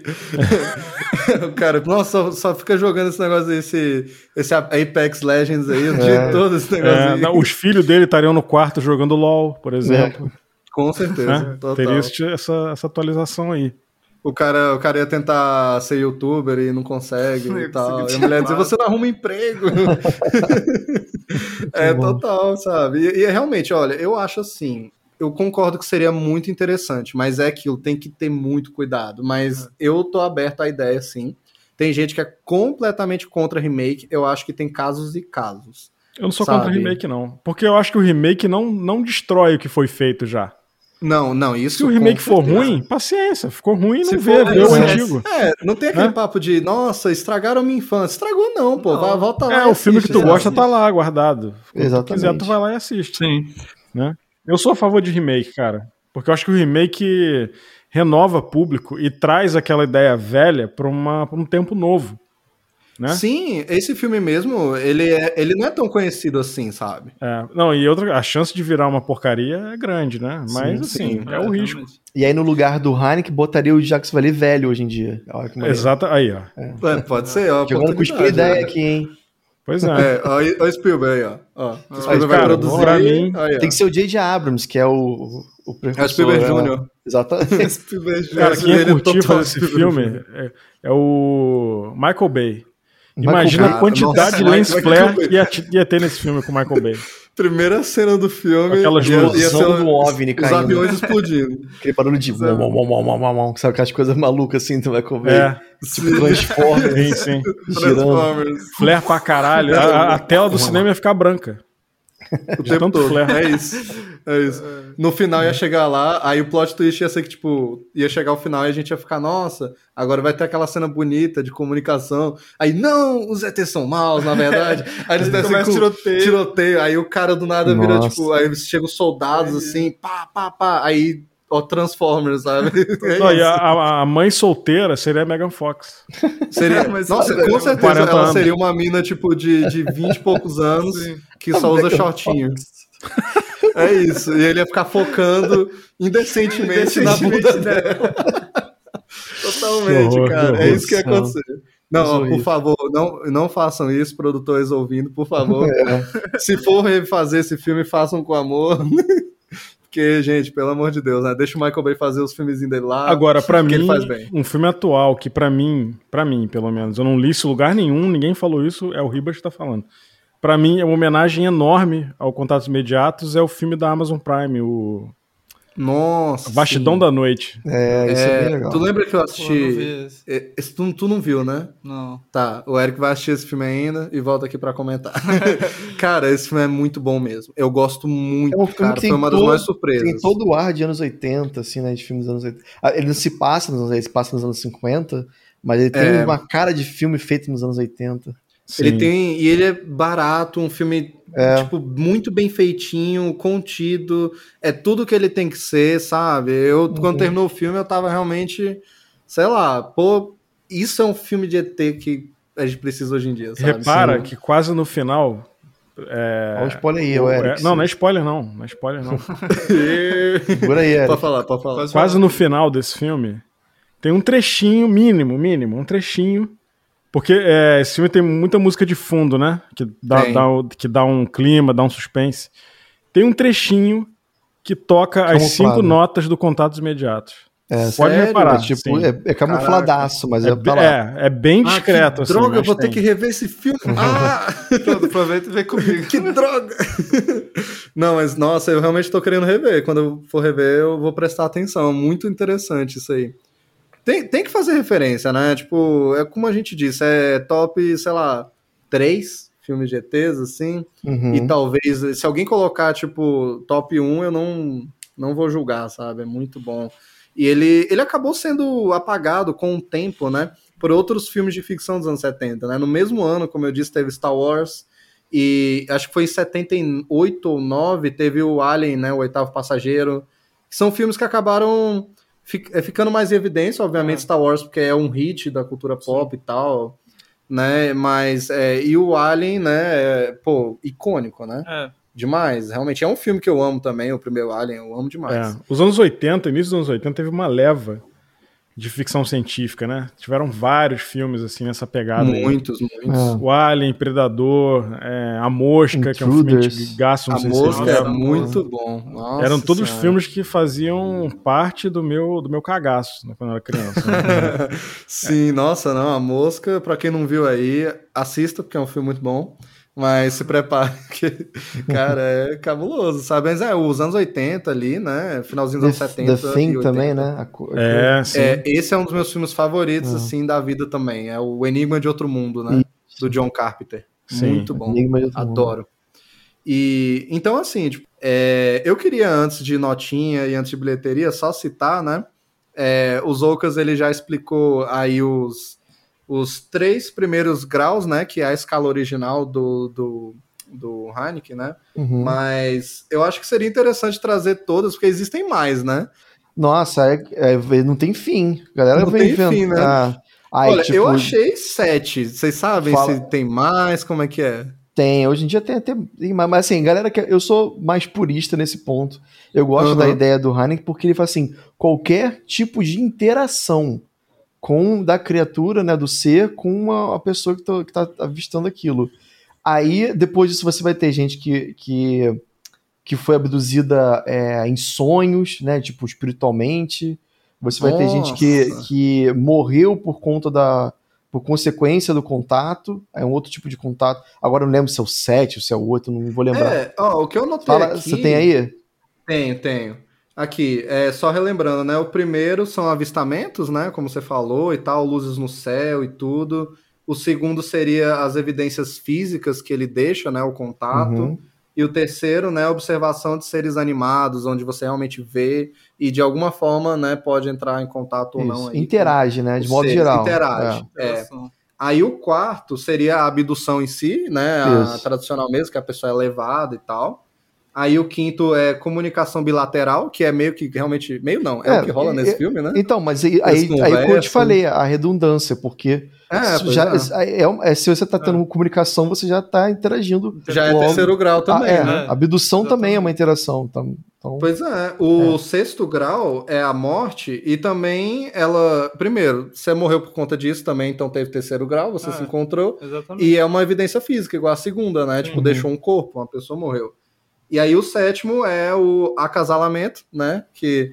O cara, nossa, só fica jogando esse negócio aí, esse Apex Legends aí, o dia todo, esse negócio aí. Os filhos dele estariam no quarto jogando LOL, por exemplo. Com certeza, total. Teria essa atualização aí. O cara ia tentar ser youtuber e não consegue e tal. E a mulher dizer, você não arruma emprego. Total, sabe? E realmente, olha, eu acho assim, eu concordo que seria muito interessante, mas é aquilo, tem que ter muito cuidado. Mas eu tô aberto à ideia, sim. Tem gente que é completamente contra remake, eu acho que tem casos e casos. Eu não sou contra remake, não. Porque eu acho que o remake não destrói o que foi feito já. Não, isso. Se o remake for ruim, paciência, ficou ruim e não vê o antigo. Não tem aquele papo de, nossa, estragaram a minha infância. Estragou não, pô, volta lá. O filme que tu gosta tá lá, guardado. Exatamente. Se quiser, tu vai lá e assiste. Sim. Né? Eu sou a favor de remake, cara, porque eu acho que o remake renova público e traz aquela ideia velha pra um tempo novo. Né? Sim, esse filme mesmo, ele não é tão conhecido assim, sabe? A chance de virar uma porcaria é grande, né? Mas assim, é o risco. E aí no lugar do Heineken botaria o Jacques Vallée velho hoje em dia. Exato, aí ó. Pode ser, ó. Jogando com ideia aqui, hein? Pois é. Olha o Spielberg aí, ó. O Spielberg vai produzir. Pra mim, tem que ser o J.J. Abrams, que é o professor. É o Spielberg Jr. Exatamente. Cara, quem ia curtir fazer esse filme é o Michael Bay. Imagina a quantidade de lens flare que ia ter nesse filme com o Michael Bay. Primeira cena do filme, aquela explosão do OVNI caindo. Os aviões explodindo. Aquele barulho de sabe aquelas coisas malucas assim do Michael Bay. Tipo Transformers. Sim. Girando. Flare pra caralho. A tela do cinema ia ficar branca. O tempo todo. Flare. É isso. No final ia chegar lá, aí o plot twist ia ser que, tipo, ia chegar ao final e a gente ia ficar, nossa, agora vai ter aquela cena bonita de comunicação. Aí, não, os ETs são maus, na verdade. Aí eles descem com tiroteio. Aí o cara do nada vira, tipo, aí chegam os soldados assim, pá. Aí, ó, Transformers, sabe? E a mãe solteira seria a Megan Fox. Seria, nossa, com certeza ela seria uma mina, tipo, de 20 e poucos anos, que só usa shortinho. É isso, e ele ia ficar focando indecentemente na bunda dela. Totalmente, cara. É isso que ia acontecer. Não, por favor, não façam isso, produtores ouvindo, por favor. Se for refazer esse filme, façam com amor. Porque, gente, pelo amor de Deus, né? Deixa o Michael Bay fazer os filmezinhos dele lá. Agora, pra mim, ele faz bem. Um filme atual que pra mim, pelo menos, eu não li isso em lugar nenhum, ninguém falou isso, é o Ribas que tá falando. Pra mim, é uma homenagem enorme ao Contatos Imediatos, é o filme da Amazon Prime, o... Nossa! Vastidão da Noite. Isso é bem legal. Tu lembra que eu assisti... Tu não viu, né? Não. Tá, o Eric vai assistir esse filme ainda e volta aqui pra comentar. Cara, esse filme é muito bom mesmo. Eu gosto muito, cara. Foi uma das maiores surpresas. Tem todo o ar de anos 80, assim, né? De filmes dos anos 80. Ele não se passa nos anos 80, ele se passa nos anos 50, mas ele tem uma cara de filme feito nos anos 80. Sim. Ele tem, e ele é barato, um filme tipo, muito bem feitinho, contido, é tudo que ele tem que ser, sabe? Quando terminou o filme, eu tava realmente, sei lá, pô, isso é um filme de ET que a gente precisa hoje em dia, sabe? Repara que quase no final... Olha o spoiler aí, Eric. Não é spoiler não. Segura aí, Eric. Pode falar. Quase no final desse filme, tem um trechinho, mínimo, um trechinho. Porque esse filme tem muita música de fundo, né? Que dá um clima, dá um suspense. Tem um trechinho que toca as 5 notas do Contatos Imediatos. Pode reparar. Tipo, é camufladaço, mas tá lá. É bem discreto. Que droga, eu vou ter que rever esse filme. Aproveita e vem comigo. Que droga! Não, mas nossa, eu realmente tô querendo rever. Quando eu for rever, eu vou prestar atenção. Muito interessante isso aí. Tem que fazer referência, né? Tipo, é como a gente disse, é top, sei lá, 3 filmes de ETs, assim. E talvez, se alguém colocar, tipo, top 1, eu não vou julgar, sabe? É muito bom. E ele acabou sendo apagado com o tempo, né? Por outros filmes de ficção dos anos 70, né? No mesmo ano, como eu disse, teve Star Wars. E acho que foi em 78 ou 9, teve o Alien, né? O Oitavo Passageiro. Que são filmes que acabaram... ficando mais em evidência, obviamente, Star Wars, porque é um hit da cultura pop e tal, né, mas, e o Alien, né, pô, icônico, né, demais, realmente, é um filme que eu amo também, o primeiro Alien, eu amo demais. Os anos 80, início dos anos 80, teve uma leva de ficção científica, né, tiveram vários filmes, assim, nessa pegada. Muitos. O Alien, Predador, A Mosca, Intruders. que é um filme antigaço, não A sei Mosca se é muito bom. Nossa eram todos senhora. filmes que faziam parte do meu cagaço, né, quando eu era criança. Né? Sim, nossa, não, A Mosca, pra quem não viu aí, assista, porque é um filme muito bom. Mas se prepare, que, cara, é cabuloso, sabe? Mas os anos 80 ali, né? Finalzinho dos anos 70. The Thing também, né? Sim. Esse é um dos meus filmes favoritos, assim, da vida também. É o Enigma de Outro Mundo, né? Do John Carpenter. Sim. Muito bom. Adoro. E, então, assim, tipo, Eu queria, antes de notinha e antes de bilheteria, só citar, né? O Zoukas, ele já explicou aí os 3 primeiros graus, né? Que é a escala original do Heineken, né? Uhum. Mas eu acho que seria interessante trazer todas, porque existem mais, né? Nossa, não tem fim. A galera não vem tem fim, né? Olha, tipo, eu achei 7. Vocês sabem se tem mais? Como é que é? Tem, hoje em dia tem mais, mas assim, galera, eu sou mais purista nesse ponto. Eu gosto da ideia do Heineken porque ele fala assim, qualquer tipo de interação da criatura, né, do ser, com a pessoa que tá avistando aquilo. Aí, depois disso, você vai ter gente que foi abduzida em sonhos, né, tipo, espiritualmente. Você vai ter gente que morreu por consequência do contato, é um outro tipo de contato. Agora eu não lembro se é o 7 ou se é o 8, não vou lembrar. O que eu notei aqui... Você tem aí? Tenho. Aqui, só relembrando, né? O primeiro são avistamentos, né? Como você falou e tal, luzes no céu e tudo. O segundo seria as evidências físicas que ele deixa, né? O contato. Uhum. E o terceiro, né? A observação de seres animados, onde você realmente vê e de alguma forma, né? Pode entrar em contato ou não. Aí, interage, né? De modo geral. Interage, Aí o quarto seria a abdução em si, né? A tradicional mesmo, que a pessoa é levada e tal. Aí o quinto é comunicação bilateral, que é meio que realmente... Meio não, é o que rola nesse filme, né? Então, mas aí como eu te falei, a redundância, porque se você está tendo comunicação, você já está interagindo. Já é terceiro grau também, né? A abdução também é uma interação. Então... Pois é, o sexto grau é a morte e também ela... Primeiro, você morreu por conta disso também, então teve terceiro grau, você se encontrou. Exatamente. E é uma evidência física, igual a segunda, né? Tipo, deixou um corpo, uma pessoa morreu. E aí o sétimo é o acasalamento, né? Que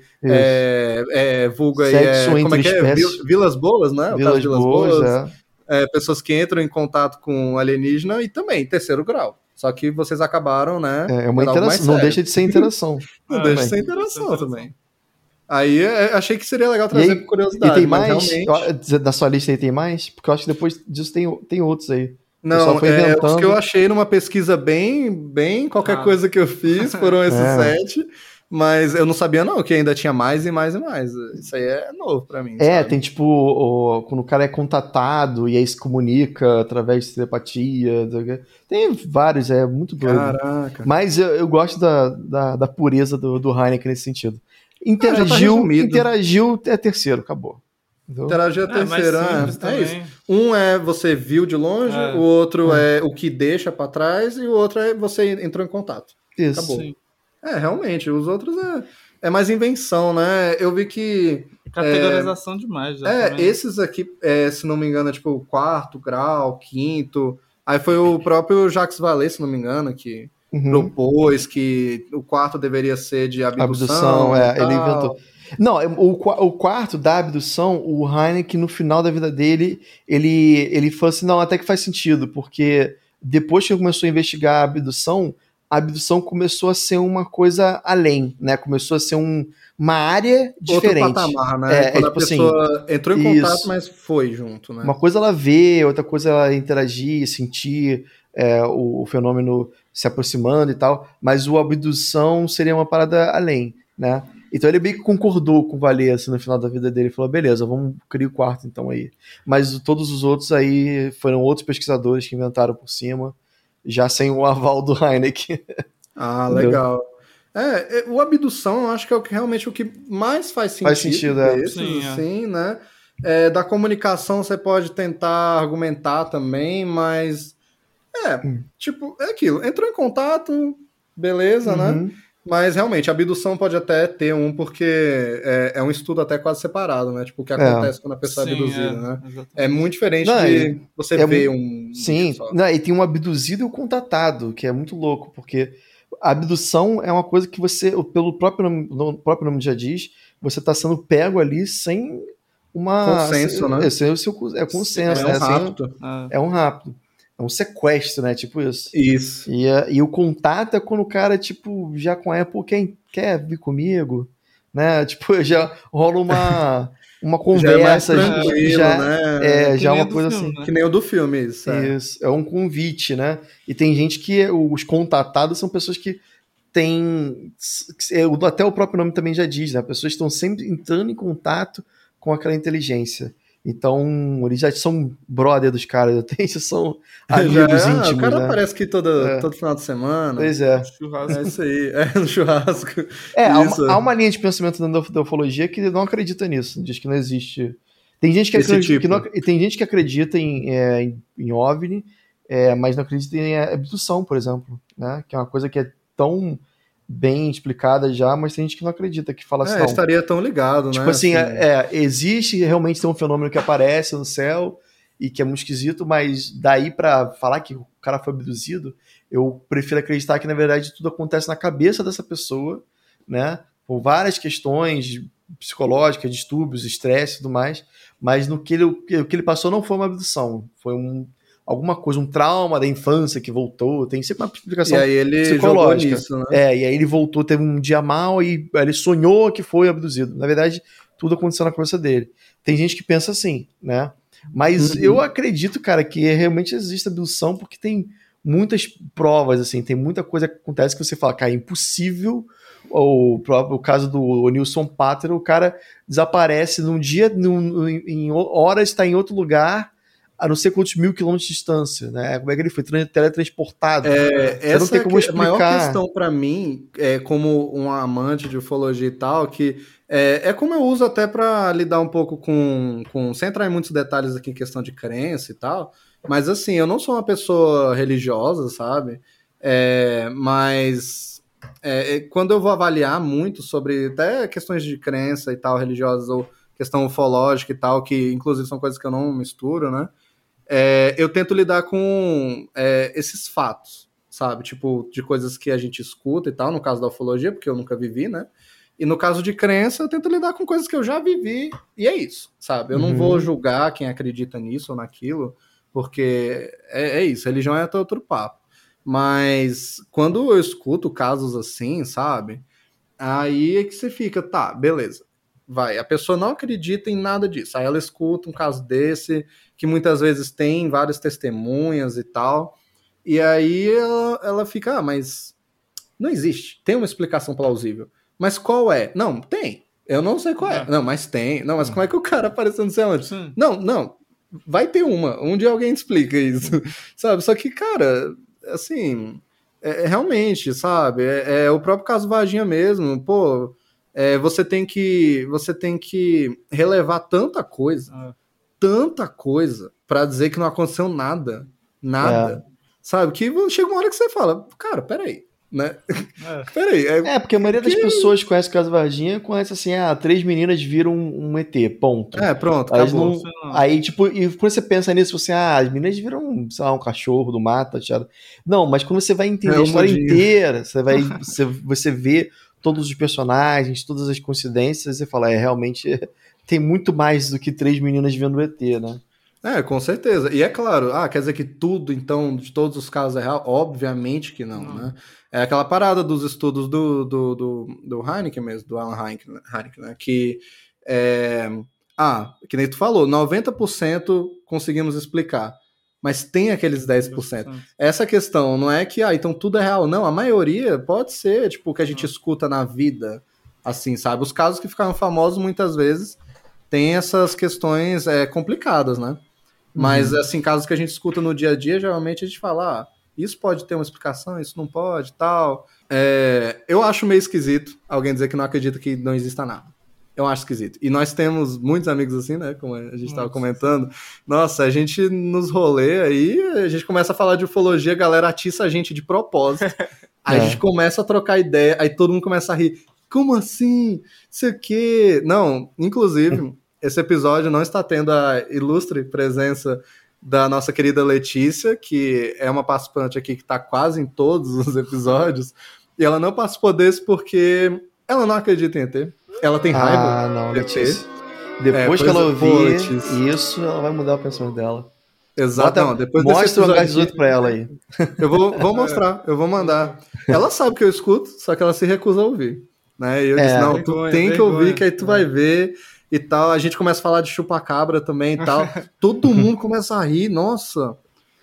vulga aí... Como é que é? Vilas Boas, né? Vilas Boas, pessoas que entram em contato com alienígena e também terceiro grau. Só que vocês acabaram, né? É uma interação, não deixa de ser interação. Não deixa de ser interação também. Aí achei que seria legal trazer por curiosidade. E tem mais? Realmente... Da sua lista aí tem mais? Porque eu acho que depois disso tem outros aí. Não, os que eu achei numa pesquisa bem qualquer coisa que eu fiz foram esses 7, mas eu não sabia não, que ainda tinha mais e mais e mais. Isso aí é novo pra mim. Sabe? Tem tipo, quando o cara é contatado e aí se comunica através de telepatia, tem vários, é muito doido. Caraca. Mas eu gosto da pureza do Heineken nesse sentido. Interagiu, é terceiro, acabou. Interagir a terceira, é isso. Um você viu de longe, o outro é o que deixa pra trás e o outro é você entrou em contato. Isso. Acabou. Sim. Realmente, os outros é mais invenção, né? Eu vi que... Categorização demais. Esses aqui, se não me engano, é tipo o quarto grau, quinto. Aí foi o próprio Jacques Vallée, se não me engano, que propôs que o quarto deveria ser de abdução. Ele inventou. Não, o quarto da abdução, o Heineken, no final da vida dele, ele falou assim, não, até que faz sentido, porque depois que ele começou a investigar a abdução começou a ser uma coisa além, né? Começou a ser uma área diferente. Outro patamar, né? Quando a pessoa entrou em contato, mas foi junto, né? Uma coisa ela vê, outra coisa ela interagir, sentir o fenômeno se aproximando e tal, mas a abdução seria uma parada além, né? Então ele meio que concordou com o Vallée assim, no final da vida dele, falou, beleza, vamos criar o quarto então aí. Mas todos os outros aí foram outros pesquisadores que inventaram por cima, já sem o aval do Heineken. Ah, legal. O abdução eu acho que é realmente o que mais faz sentido. Faz sentido, Sim, né? Da comunicação você pode tentar argumentar também, mas tipo, é aquilo, entrou em contato, beleza, né? Mas realmente, a abdução pode até ter porque é um estudo até quase separado, né? Tipo, o que acontece quando a pessoa é abduzida, né? Exatamente. É muito diferente de você ver um... Sim, e tem um abduzido e um contatado, que é muito louco, porque a abdução é uma coisa que você, pelo próprio nome já diz, você está sendo pego ali sem uma... Consenso, né? É consenso, né? É um rapto. É um rapto. É um sequestro, né? Tipo isso. Isso. E o contato é quando o cara, tipo, já com a Apple, quer vir comigo? Né? Tipo, já rola uma conversa. Já é uma coisa filme, assim. Né? Que nem o do filme, isso. Isso. É um convite, né? E tem gente que os contatados são pessoas que tem... Até o próprio nome também já diz, né? As pessoas estão sempre entrando em contato com aquela inteligência. Então, eles já são brother dos caras, até já são amigos íntimos, o cara né? aparece aqui todo final de semana. Pois é. Churrasco. É isso aí, no churrasco. Há uma linha de pensamento da ufologia que não acredita nisso, diz que não existe. Tem gente que acredita em OVNI, mas não acredita em abdução, por exemplo, né? Que é uma coisa que é tão bem explicada já, mas tem gente que não acredita, que fala assim, não, estaria tão ligado, tipo né? assim, existe realmente tem um fenômeno que aparece no céu e que é muito esquisito, mas daí pra falar que o cara foi abduzido, eu prefiro acreditar que na verdade tudo acontece na cabeça dessa pessoa, né? Por várias questões psicológicas, distúrbios, estresse e tudo mais, mas o que ele passou não foi uma abdução, foi alguma coisa, um trauma da infância que voltou, tem sempre uma explicação psicológica. E aí ele psicológica. Jogou nisso, né? E aí ele voltou, teve um dia mal e ele sonhou que foi abduzido. Na verdade, tudo aconteceu na cabeça dele. Tem gente que pensa assim, né? Mas eu acredito, cara, que realmente existe abdução porque tem muitas provas, assim, tem muita coisa que acontece que você fala, cara, é impossível. O caso do Nilson Páttero, o cara desaparece num dia, em horas, está em outro lugar, a não sei quantos 1000 quilômetros de distância, né? Como é que ele foi teletransportado? Essa não tem como explicar. A maior questão para mim, como um amante de ufologia e tal, que é como eu uso até para lidar um pouco com sem entrar em muitos detalhes aqui em questão de crença e tal, mas assim, eu não sou uma pessoa religiosa, sabe? Mas quando eu vou avaliar muito sobre até questões de crença e tal, religiosas ou questão ufológica e tal, que inclusive são coisas que eu não misturo, né? Eu tento lidar com esses fatos, sabe? Tipo, de coisas que a gente escuta e tal, no caso da ufologia, porque eu nunca vivi, né? E no caso de crença, eu tento lidar com coisas que eu já vivi, e é isso, sabe? Eu não vou julgar quem acredita nisso ou naquilo, porque é isso, religião é até outro papo. Mas quando eu escuto casos assim, sabe? Aí é que você fica, tá, beleza. Vai, a pessoa não acredita em nada disso. Aí ela escuta um caso desse, que muitas vezes tem várias testemunhas e tal, e aí ela fica, mas não existe, tem uma explicação plausível. Mas qual é? Não, tem. Eu não sei qual é. Não, mas tem. Não, mas como é que o cara apareceu no céu onde? Não, vai ter um dia alguém explica isso, sabe? Só que, cara, assim, realmente, sabe? O próprio caso Varginha mesmo, pô, você tem que relevar tanta coisa pra dizer que não aconteceu nada, sabe? Que chega uma hora que você fala, cara, peraí, né? Peraí. Porque a maioria das pessoas que conhece o caso Varginha conhece assim, 3 meninas viram um ET, ponto. Pronto, acabou. Aí, tipo, e quando você pensa nisso, você, as meninas viram, sei lá, um cachorro do mato, tirado. Não, mas quando você vai entender a história inteira, você vê todos os personagens, todas as coincidências, você fala, realmente tem muito mais do que 3 meninas vendo o ET, né? Com certeza. E é claro, quer dizer que tudo, então, de todos os casos é real? Obviamente que não, né? É aquela parada dos estudos do Heineken mesmo, do Alan Heineken, né? Que que nem tu falou, 90% conseguimos explicar, mas tem aqueles 10%. Essa questão não é que, então tudo é real. Não, a maioria pode ser, tipo, o que a gente escuta na vida, assim, sabe? Os casos que ficaram famosos, muitas vezes, tem essas questões complicadas, né? Mas, assim, casos que a gente escuta no dia a dia, geralmente a gente fala, isso pode ter uma explicação, isso não pode, tal. Eu acho meio esquisito alguém dizer que não acredita que não exista nada. Eu acho esquisito. E nós temos muitos amigos assim, né? Como a gente estava comentando. Nossa, a gente nos rolê aí, a gente começa a falar de ufologia, a galera atiça a gente de propósito. Aí a gente começa a trocar ideia, aí todo mundo começa a rir. Como assim? Sei o quê. Não, inclusive, esse episódio não está tendo a ilustre presença da nossa querida Letícia, que é uma participante aqui que está quase em todos os episódios, e ela não participou desse porque ela não acredita em ET. Ela tem raiva. Não, Letícia. Depois que ela ouvir isso, ela vai mudar o pensamento dela. Exato. Depois mostra o H18 pra ela aí. Eu vou mostrar, eu vou mandar. Ela sabe que eu escuto, só que ela se recusa a ouvir. Né? E eu disse, não, tu tem que ouvir, que aí tu vai ver e tal. A gente começa a falar de chupa-cabra também e tal. Todo mundo começa a rir, nossa.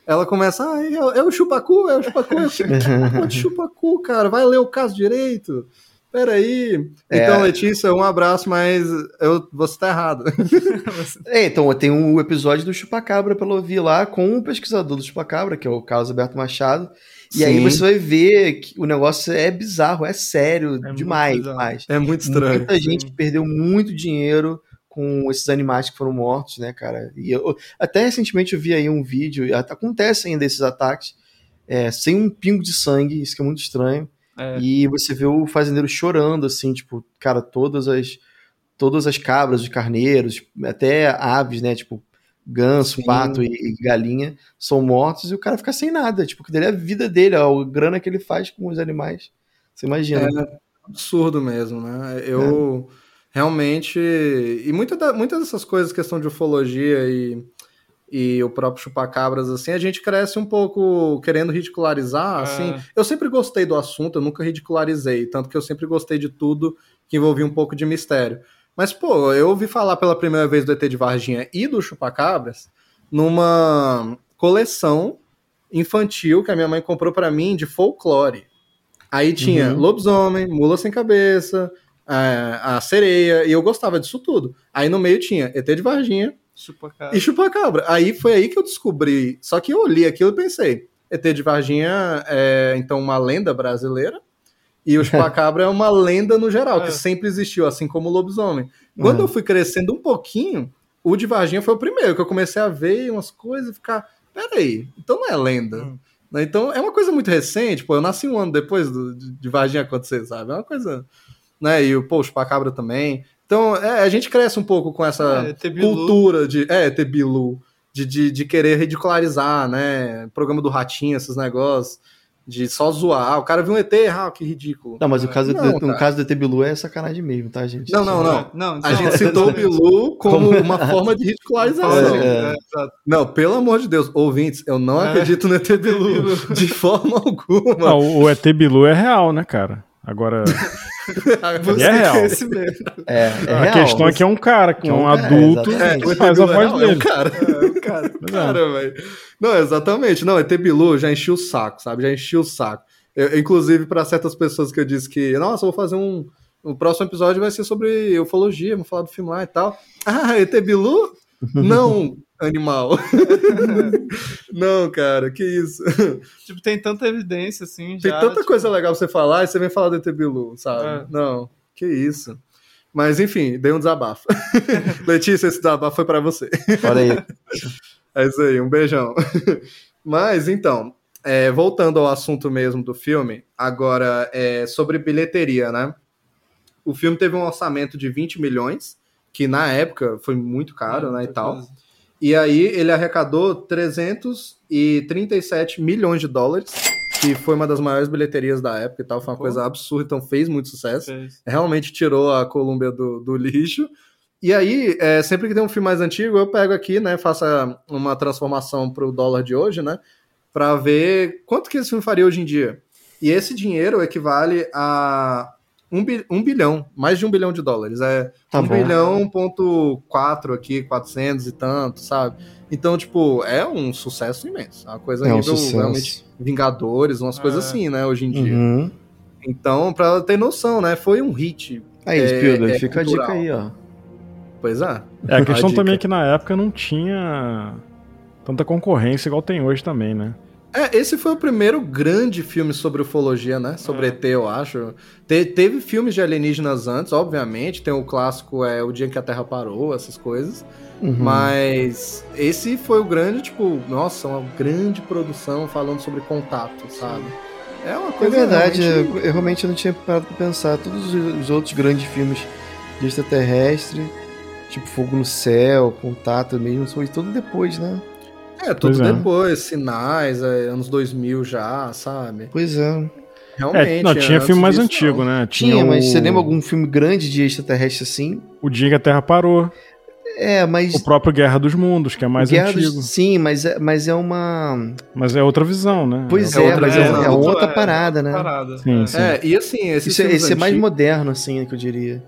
ela começa, é o chupacu, pode chupacu, cara, vai ler o caso direito. Peraí. Então, Letícia, um abraço, mas você tá errado. Então, tem um episódio do Chupacabra pra ouvir lá com o pesquisador do Chupacabra, que é o Carlos Alberto Machado. E aí você vai ver que o negócio é bizarro, é sério, demais. É muito estranho. Muita gente perdeu muito dinheiro com esses animais que foram mortos, né, cara? E até recentemente eu vi aí um vídeo, acontece ainda esses ataques, sem um pingo de sangue, isso que é muito estranho. E você vê o fazendeiro chorando, assim, tipo, cara, todas as cabras, os carneiros, até aves, né, tipo, ganso, pato e galinha, são mortos e o cara fica sem nada, tipo, que dele é a vida dele, a grana que ele faz com os animais. Você imagina. É absurdo mesmo, né? Eu realmente... E muitas dessas coisas, questão de ufologia e o próprio chupacabras, assim, a gente cresce um pouco querendo ridicularizar, assim. Eu sempre gostei do assunto, eu nunca ridicularizei, tanto que eu sempre gostei de tudo que envolvia um pouco de mistério. Mas, pô, eu ouvi falar pela primeira vez do ET de Varginha e do chupacabras numa coleção infantil que a minha mãe comprou pra mim de folclore. Aí tinha lobisomem, mula sem cabeça, a sereia, e eu gostava disso tudo. Aí no meio tinha ET de Varginha, e chupacabra. Aí foi aí que eu descobri. Só que eu li aquilo e pensei: ET de Varginha é então uma lenda brasileira e o chupacabra é uma lenda no geral, que sempre existiu, assim como o lobisomem. Quando eu fui crescendo um pouquinho, o de Varginha foi o primeiro que eu comecei a ver umas coisas e ficar: peraí, então não é lenda. Então é uma coisa muito recente, pô, eu nasci um ano depois de Varginha acontecer, sabe? É uma coisa, né? E o chupacabra também. Então, a gente cresce um pouco com essa cultura de ET Bilu, de querer ridicularizar, né? Programa do Ratinho, esses negócios, de só zoar. O cara viu um ET, que ridículo. Não, mas no caso do ET Bilu é sacanagem mesmo, tá, gente? Não. A gente citou o Bilu como uma forma de ridicularização. Não, pelo amor de Deus, ouvintes, eu não acredito no ET Bilu de forma alguma. Não, o ET Bilu é real, né, cara? Agora... é real. A questão é que é um cara, que é um adulto, que faz a voz dele. É um cara, velho. Não, exatamente. Não, ET Bilu já enchi o saco, sabe? Já enchi o saco. Inclusive, para certas pessoas que eu disse que, nossa, eu vou fazer o próximo episódio vai ser sobre ufologia, vou falar do filme lá e tal. ET Bilu? Não, animal. Não, cara, que isso. Tipo, tem tanta evidência, assim, tem tanta coisa legal pra você falar e você vem falar do ET Bilu, sabe? Não, que isso. Mas, enfim, dei um desabafo. Letícia, esse desabafo foi pra você. Olha aí. É isso aí, um beijão. Mas, então, voltando ao assunto mesmo do filme, agora, sobre bilheteria, né? O filme teve um orçamento de 20 milhões, que na época foi muito caro, né, e tal. E aí ele arrecadou 337 milhões de dólares, que foi uma das maiores bilheterias da época e tal, foi uma coisa absurda, então fez muito sucesso. Realmente tirou a Columbia do lixo. E aí, sempre que tem um filme mais antigo, eu pego aqui, né, faço uma transformação pro dólar de hoje, né, pra ver quanto que esse filme faria hoje em dia. E esse dinheiro equivale a 1 bilhão, mais de 1 bilhão de dólares. Tá 1 bilhão, 1,4 aqui, 400 e tanto, sabe? Então, tipo, é um sucesso imenso. É uma coisa nível, realmente, Vingadores, umas coisas assim, né, hoje em dia. Então, pra ter noção, né, foi um hit. Aí, Spielberg, fica cultural. A dica aí, ó. Pois é. A questão também é que na época não tinha tanta concorrência igual tem hoje também, né? Esse foi o primeiro grande filme sobre ufologia, né? Sobre ET, eu acho. Teve filmes de alienígenas antes, obviamente. Tem o clássico, O Dia em que a Terra Parou, essas coisas. Mas esse foi o grande, tipo, nossa, uma grande produção falando sobre contato, sabe? É uma coisa... É verdade, eu realmente não tinha parado pra pensar. Todos os outros grandes filmes de extraterrestre, tipo Fogo no Céu, Contato mesmo, foi tudo depois, né? Tudo depois, Sinais, anos 2000 já, sabe? Pois é. Realmente. Não, tinha filme mais antigo, né? Tinha, mas você lembra algum filme grande de extraterrestre assim? O Dia que a Terra Parou. Mas... O próprio Guerra dos Mundos, que é mais antigo. Sim, mas é uma... Mas é outra visão, né? Pois mas é outra parada, né? Sim. E assim, esse é mais moderno, assim, que eu diria.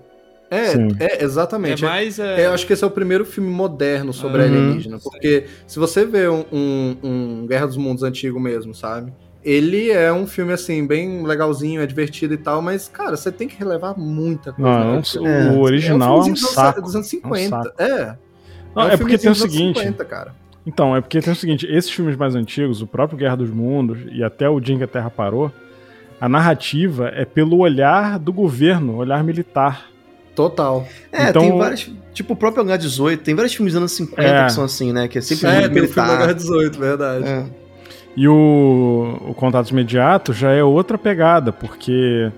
Exatamente. É mais, eu acho que esse é o primeiro filme moderno sobre alienígena, porque se você vê um Guerra dos Mundos antigo mesmo, sabe? Ele é um filme, assim, bem legalzinho, é divertido e tal, mas, cara, você tem que relevar muita coisa. O original é um saco. Dos anos 50. É um saco. Não, é porque tem o seguinte... 50, cara. Então, é porque tem o seguinte, esses filmes mais antigos, o próprio Guerra dos Mundos e até O Dia em que a Terra Parou, a narrativa é pelo olhar do governo, olhar militar. Total. Então, tem vários, tipo o próprio H-18, tem vários filmes dos anos 50 que são assim, né? Que é sempre muito militar. Tem o filme H-18, verdade. E o Contatos Imediatos já é outra pegada, porque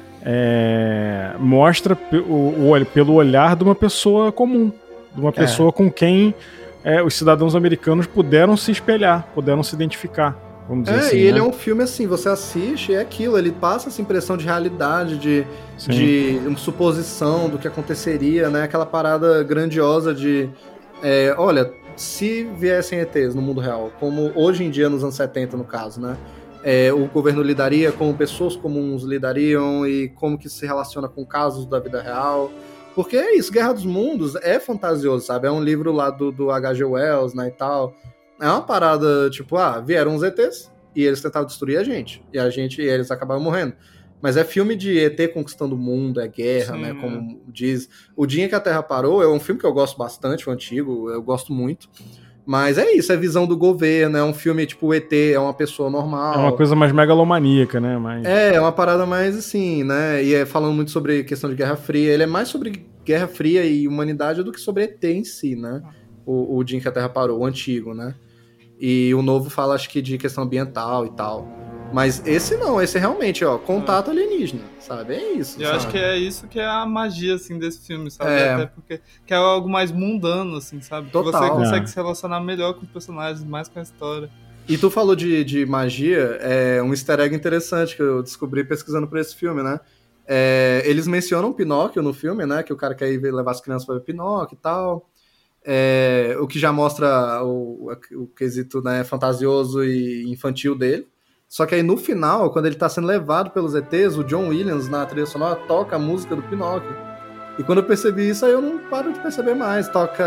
mostra pelo olhar de uma pessoa comum, de uma pessoa com quem os cidadãos americanos puderam se espelhar, puderam se identificar. Vamos dizer assim, e ele é um filme assim, você assiste, é aquilo, ele passa essa impressão de realidade, de uma suposição do que aconteceria, né? Aquela parada grandiosa de, olha, se viessem ETs no mundo real, como hoje em dia nos anos 70 no caso, né? O governo lidaria, como pessoas comuns lidariam e como que se relaciona com casos da vida real. Porque é isso, Guerra dos Mundos é fantasioso, sabe? É um livro lá do H.G. Wells, né, e tal. É uma parada, tipo, vieram os ETs e eles tentavam destruir a gente. E eles acabaram morrendo. Mas é filme de ET conquistando o mundo, é guerra, né, como diz. O Dia em que a Terra Parou é um filme que eu gosto bastante, o antigo, eu gosto muito. Mas é isso, é visão do governo, é um filme tipo o ET, é uma pessoa normal. É uma coisa mais megalomaníaca, né? É uma parada mais assim, né? E falando muito sobre questão de Guerra Fria, ele é mais sobre Guerra Fria e humanidade do que sobre ET em si, né? O Dia em que a Terra Parou, o antigo, né? E o novo fala, acho que, de questão ambiental e tal. Mas esse não, esse realmente, contato alienígena, sabe? É isso. Eu acho que é isso que é a magia, assim, desse filme, sabe? Até porque que é algo mais mundano, assim, sabe? Total. Que você consegue se relacionar melhor com os personagens, mais com a história. E tu falou de magia, um easter egg interessante que eu descobri pesquisando por esse filme, né? Eles mencionam Pinóquio no filme, né? Que o cara quer ir levar as crianças para ver Pinóquio e tal. O que já mostra o quesito, né, fantasioso e infantil dele. Só que aí no final, quando ele tá sendo levado pelos ETs, o John Williams, na trilha sonora, toca a música do Pinóquio. E quando eu percebi isso, aí eu não paro de perceber mais. Toca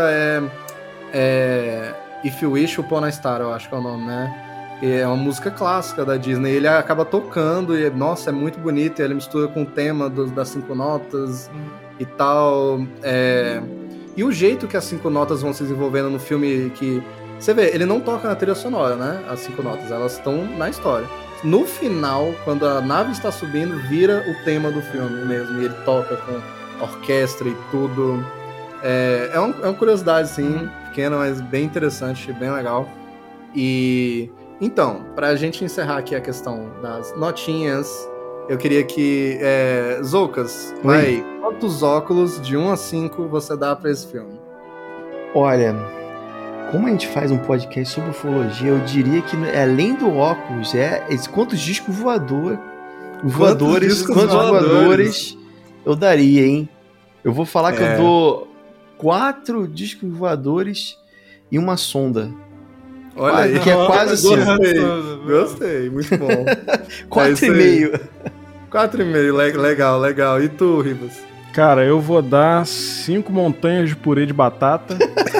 If You Wish Upon a Star, eu acho que é o nome, né? E é uma música clássica da Disney. Ele acaba tocando e, nossa, é muito bonito. E ele mistura com o tema das 5 notas e tal. E o jeito que as 5 notas vão se desenvolvendo no filme que... Você vê, ele não toca na trilha sonora, né? As 5 notas, elas estão na história. No final, quando a nave está subindo, vira o tema do filme mesmo. E ele toca com orquestra e tudo. É uma curiosidade, sim, pequena, mas bem interessante, bem legal. E... Então, pra gente encerrar aqui a questão das notinhas, eu queria que... Zoucas, vai, quantos óculos de 1 a 5 você dá pra esse filme? Olha... Como a gente faz um podcast sobre ufologia, eu diria que além do óculos, quantos discos voadores eu daria, hein? Eu vou falar que eu dou 4 discos voadores e uma sonda. Olha aí. Que é quase assim. Gostei, muito bom. 4,5. 4,5, legal. E tu, Ribas? Cara, eu vou dar 5 montanhas de purê de batata.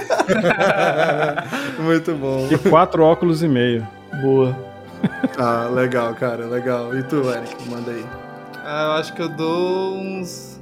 Muito bom. E 4 óculos e meio. Boa. Legal, cara, legal. E tu, Eric, manda aí. Eu acho que eu dou uns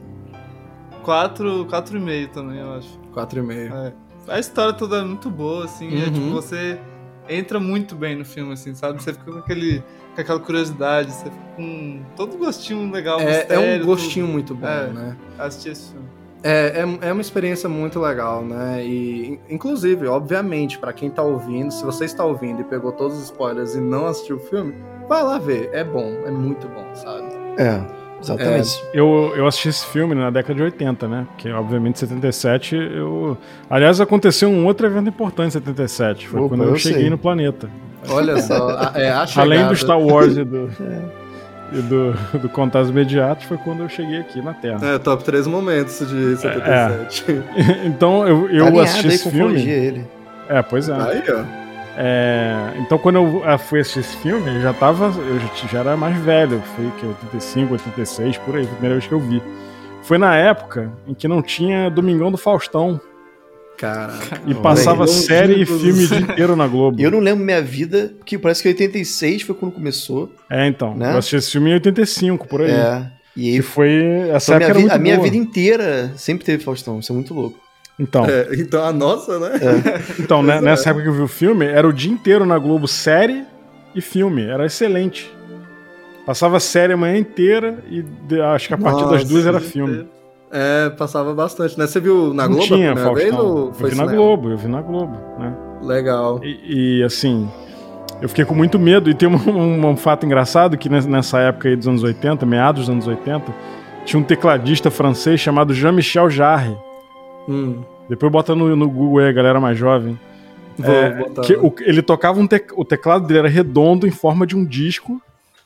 4,5 também, eu acho. 4,5. A história toda é muito boa, assim, tipo, você entra muito bem no filme, assim, sabe? Você fica com aquela curiosidade, você fica com todo gostinho legal, mistério. É um gostinho muito bom, né? Assistir esse filme. É uma experiência muito legal, né? E, inclusive, obviamente, pra quem tá ouvindo, se você está ouvindo e pegou todos os spoilers e não assistiu o filme, vai lá ver. É bom, é muito bom, sabe? Exatamente. Eu assisti esse filme na década de 80, né? Porque, obviamente, em 77, Aliás, aconteceu um outro evento importante em 77. Foi quando eu cheguei no planeta. Olha só, a chegada. Além do Star Wars e do Contatos Imediatos, foi quando eu cheguei aqui na Terra. Top 3 momentos de 77. Então, eu assisti esse filme... Ele. Pois é. Aí, ó. Então, quando eu fui assistir esse filme, eu já era mais velho. Foi 85, 86, por aí, a primeira vez que eu vi. foi na época em que não tinha Domingão do Faustão. Caraca. E passava série e filme o dia inteiro na Globo. Eu não lembro minha vida, que parece que 86 foi quando começou. Então. Né? Eu assisti esse filme em 85, por aí. E aí que foi... Essa época era muito a minha boa. vida inteira sempre teve Faustão. Isso é muito louco. Então, então a nossa, né? Então, né, nessa época que eu vi o filme, era o dia inteiro na Globo, série e filme. Era excelente. Passava série a manhã inteira e acho que a partir das 2 era filme. Passava bastante, né? Você viu na Globo? Não tinha, a primeira vez, ou eu vi na Globo, né? Legal. E assim, eu fiquei com muito medo. E tem um fato engraçado que nessa época aí dos anos 80, meados dos anos 80, tinha um tecladista francês chamado Jean-Michel Jarre. Depois bota no Google aí, a galera mais jovem. Vou botar. Ele tocava o teclado dele era redondo em forma de um disco.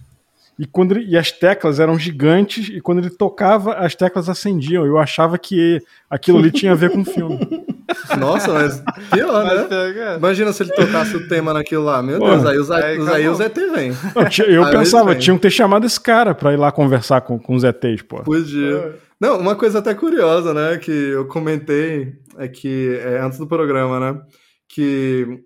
E as teclas eram gigantes, e quando ele tocava, as teclas acendiam. Eu achava que aquilo ali tinha a ver com o filme. Nossa, mas pior, né? Imagina se ele tocasse o tema naquilo lá. Meu Deus, aí o ZT vem. Eu pensava, tinham que ter chamado esse cara pra ir lá conversar com os ETs, pô. Podia. Não, uma coisa até curiosa, né, que eu comentei antes do programa, né, que...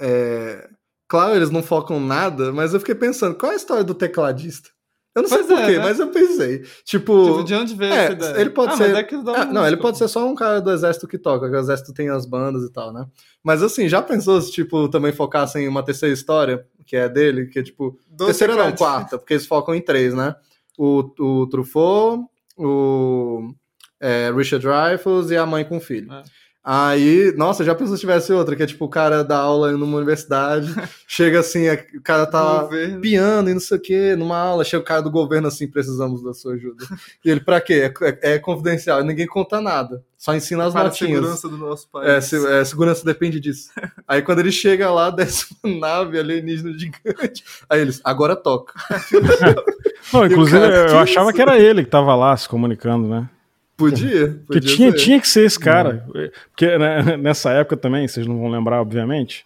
Claro, eles não focam nada, mas eu fiquei pensando, qual é a história do tecladista? Eu não sei porquê, né? Mas eu pensei. Tipo, de onde veio essa ideia? Ele pode ser. Ele pode ser só um cara do exército que toca, que o exército tem as bandas e tal, né? Mas assim, já pensou se, tipo, também focassem em uma terceira história, que é dele, que é tipo. Terceira não, quarta, porque eles focam em 3, né? O Truffaut, o Richard Dreyfuss e a mãe com o filho. Aí, nossa, já pensou se tivesse outra, que é tipo o cara dá aula numa universidade, chega assim, o cara tá piano e não sei o que, numa aula, chega o cara do governo assim, precisamos da sua ajuda. E ele, pra quê? É confidencial, ninguém conta nada, só ensina as notinhas. Segurança do nosso país. Segurança depende disso. Aí quando ele chega lá, desce uma nave alienígena gigante, aí eles, agora toca. Não, inclusive, eu achava que era ele que tava lá se comunicando, né? Podia Porque tinha que ser esse cara. Porque né, nessa época também, vocês não vão lembrar, obviamente,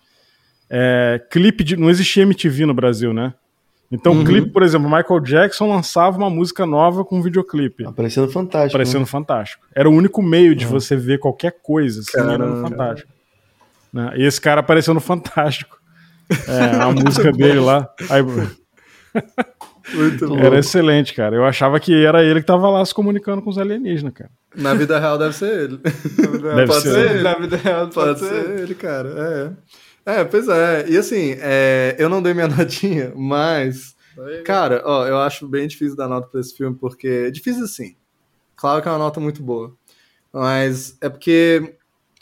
não existia MTV no Brasil, né? Então, clipe, por exemplo, Michael Jackson lançava uma música nova com um videoclipe. Parecendo fantástico. Parecendo fantástico. Era o único meio de você ver qualquer coisa, assim, era no Fantástico. Né? E esse cara apareceu no Fantástico. A música dele lá. Aí, era excelente, cara. Eu achava que era ele que tava lá se comunicando com os alienígenas, cara. Na vida real deve ser ele. Deve ser ele. Na vida real pode ser ele, cara. Pois é. E assim, eu não dei minha notinha, mas... Cara, eu acho bem difícil dar nota pra esse filme, porque... É difícil assim. Claro que é uma nota muito boa. Mas é porque...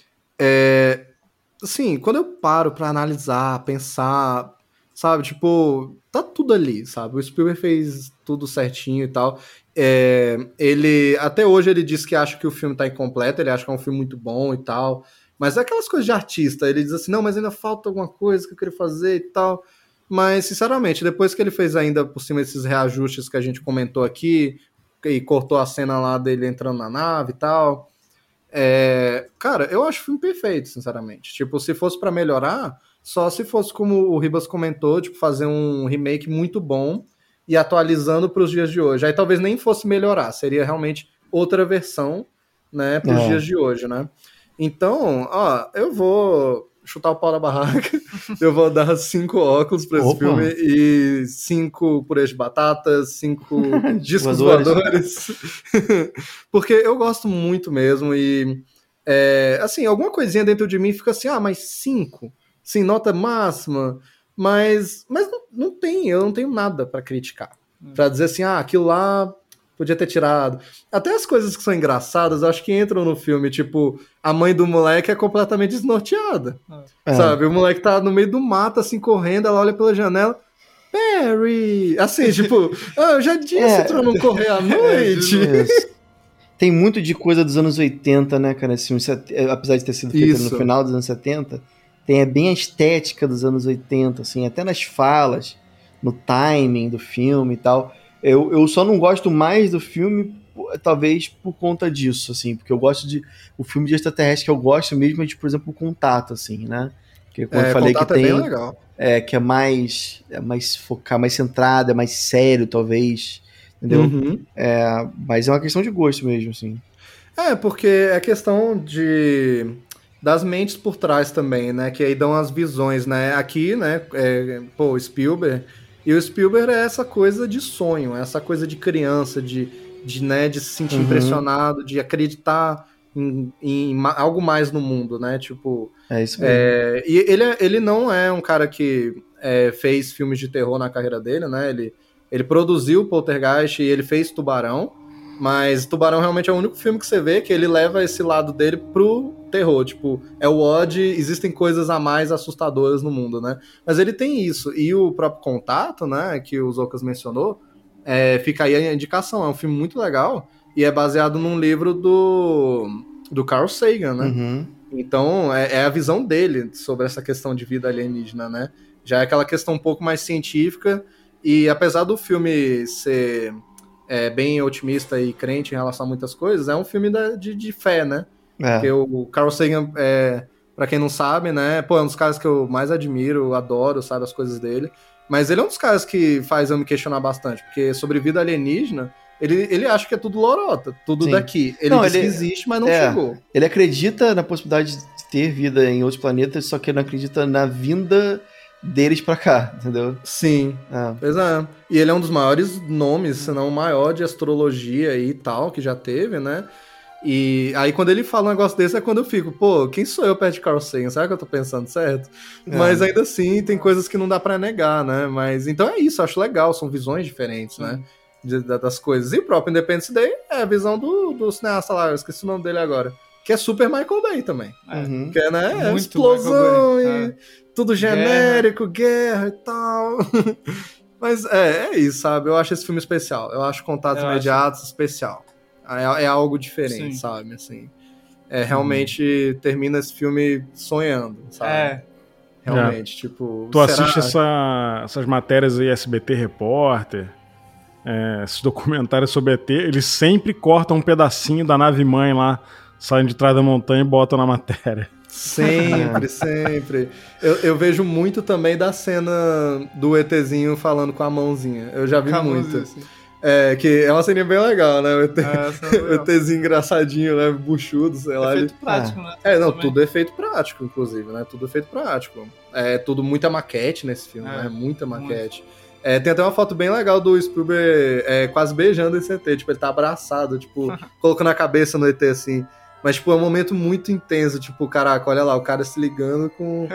assim, quando eu paro pra analisar, pensar... Sabe, tipo, tá tudo ali, sabe? O Spielberg fez tudo certinho e tal. Ele, até hoje, ele diz que acha que o filme tá incompleto, ele acha que é um filme muito bom e tal. Mas é aquelas coisas de artista, ele diz assim, não, mas ainda falta alguma coisa que eu queria fazer e tal. Mas, sinceramente, depois que ele fez ainda por cima esses reajustes que a gente comentou aqui, e cortou a cena lá dele entrando na nave e tal... cara, eu acho o filme perfeito, sinceramente. Tipo, se fosse pra melhorar... Só se fosse como o Ribas comentou, tipo, fazer um remake muito bom e atualizando para os dias de hoje. Aí talvez nem fosse melhorar, seria realmente outra versão, né, para os dias de hoje, né? Então, eu vou chutar o pau da barraca, eu vou dar 5 óculos para esse filme e 5 purês de batatas, 5 discos voadores. Porque eu gosto muito mesmo e, assim, alguma coisinha dentro de mim fica assim, mas 5... Sim, nota máxima, mas não tem, eu não tenho nada pra criticar. Pra dizer assim, aquilo lá podia ter tirado. Até as coisas que são engraçadas, eu acho que entram no filme, tipo, a mãe do moleque é completamente desnorteada. Sabe, o moleque tá no meio do mato, assim, correndo, ela olha pela janela, Perry! Assim, tipo, eu já disse pra não correr à noite. Tem muito de coisa dos anos 80, né, cara? Assim, apesar de ter sido feito no final dos anos 70... Tem bem a estética dos anos 80, assim, até nas falas, no timing do filme e tal. Eu só não gosto mais do filme, talvez por conta disso, assim, porque eu gosto o filme de extraterrestre que eu gosto mesmo é de, por exemplo, o Contato, assim, né? Que quando eu falei que tem, bem legal. Que é mais focado, mais centrado, é mais sério, talvez. entendeu? Mas é uma questão de gosto mesmo, assim. Porque é questão das mentes por trás também, né? Que aí dão as visões, né? Aqui, né? Spielberg. E o Spielberg é essa coisa de sonho, essa coisa de criança, de se sentir impressionado, de acreditar em algo mais no mundo, né? Tipo... É isso mesmo. E ele não é um cara que fez filmes de terror na carreira dele, né? Ele produziu Poltergeist e ele fez Tubarão, mas Tubarão realmente é o único filme que você vê que ele leva esse lado dele pro terror, tipo, é o odd, existem coisas a mais assustadoras no mundo, né? Mas ele tem isso, e o próprio Contato, né, que o Zocas mencionou, fica aí a indicação, é um filme muito legal, e é baseado num livro do Carl Sagan, né? Então, é a visão dele sobre essa questão de vida alienígena, né? Já é aquela questão um pouco mais científica, e apesar do filme ser bem otimista e crente em relação a muitas coisas, é um filme de fé, né? Porque o Carl Sagan, pra quem não sabe, né? É um dos caras que eu mais admiro, adoro, sabe, as coisas dele. Mas ele é um dos caras que faz eu me questionar bastante, porque sobre vida alienígena, ele acha que é tudo lorota, tudo daqui. Ele diz que existe, mas não chegou. Ele acredita na possibilidade de ter vida em outros planetas, só que ele não acredita na vinda deles pra cá, entendeu? Sim, pois é. E ele é um dos maiores nomes, se não o maior de astrologia e tal, que já teve, né? E aí quando ele fala um negócio desse é quando eu fico, quem sou eu perto de Carl Sagan? Será que eu tô pensando certo? Mas ainda assim, tem coisas que não dá pra negar, né? Mas então é isso, eu acho legal, são visões diferentes, né? Das coisas. E o próprio Independence Day é a visão do cineasta lá, eu esqueci o nome dele agora, que é super Michael Bay também. Que é, né? Explosão e tudo genérico, guerra e tal. Mas é isso, sabe? Eu acho esse filme especial. Eu acho Contatos Imediatos especial. É algo diferente, sabe? Assim, realmente termina esse filme sonhando, sabe? Realmente, tipo... Tu assiste essas matérias aí, SBT Repórter, esses documentários sobre ET, eles sempre cortam um pedacinho da nave-mãe lá, saem de trás da montanha e botam na matéria. Sempre. Eu vejo muito também da cena do ETzinho falando com a mãozinha. Eu já vi muito. Assim. Que é uma cena bem legal, né? O ETzinho engraçadinho, né? Buchudo, sei lá. Efeito prático, né? Tudo é efeito prático, inclusive, né? Tudo efeito prático. Tudo muita maquete nesse filme, né? Muita maquete. Tem até uma foto bem legal do Spielberg quase beijando esse ET. Tipo, ele tá abraçado, tipo, colocando a cabeça no ET, assim. Mas, tipo, é um momento muito intenso. Tipo, caraca, olha lá, o cara se ligando com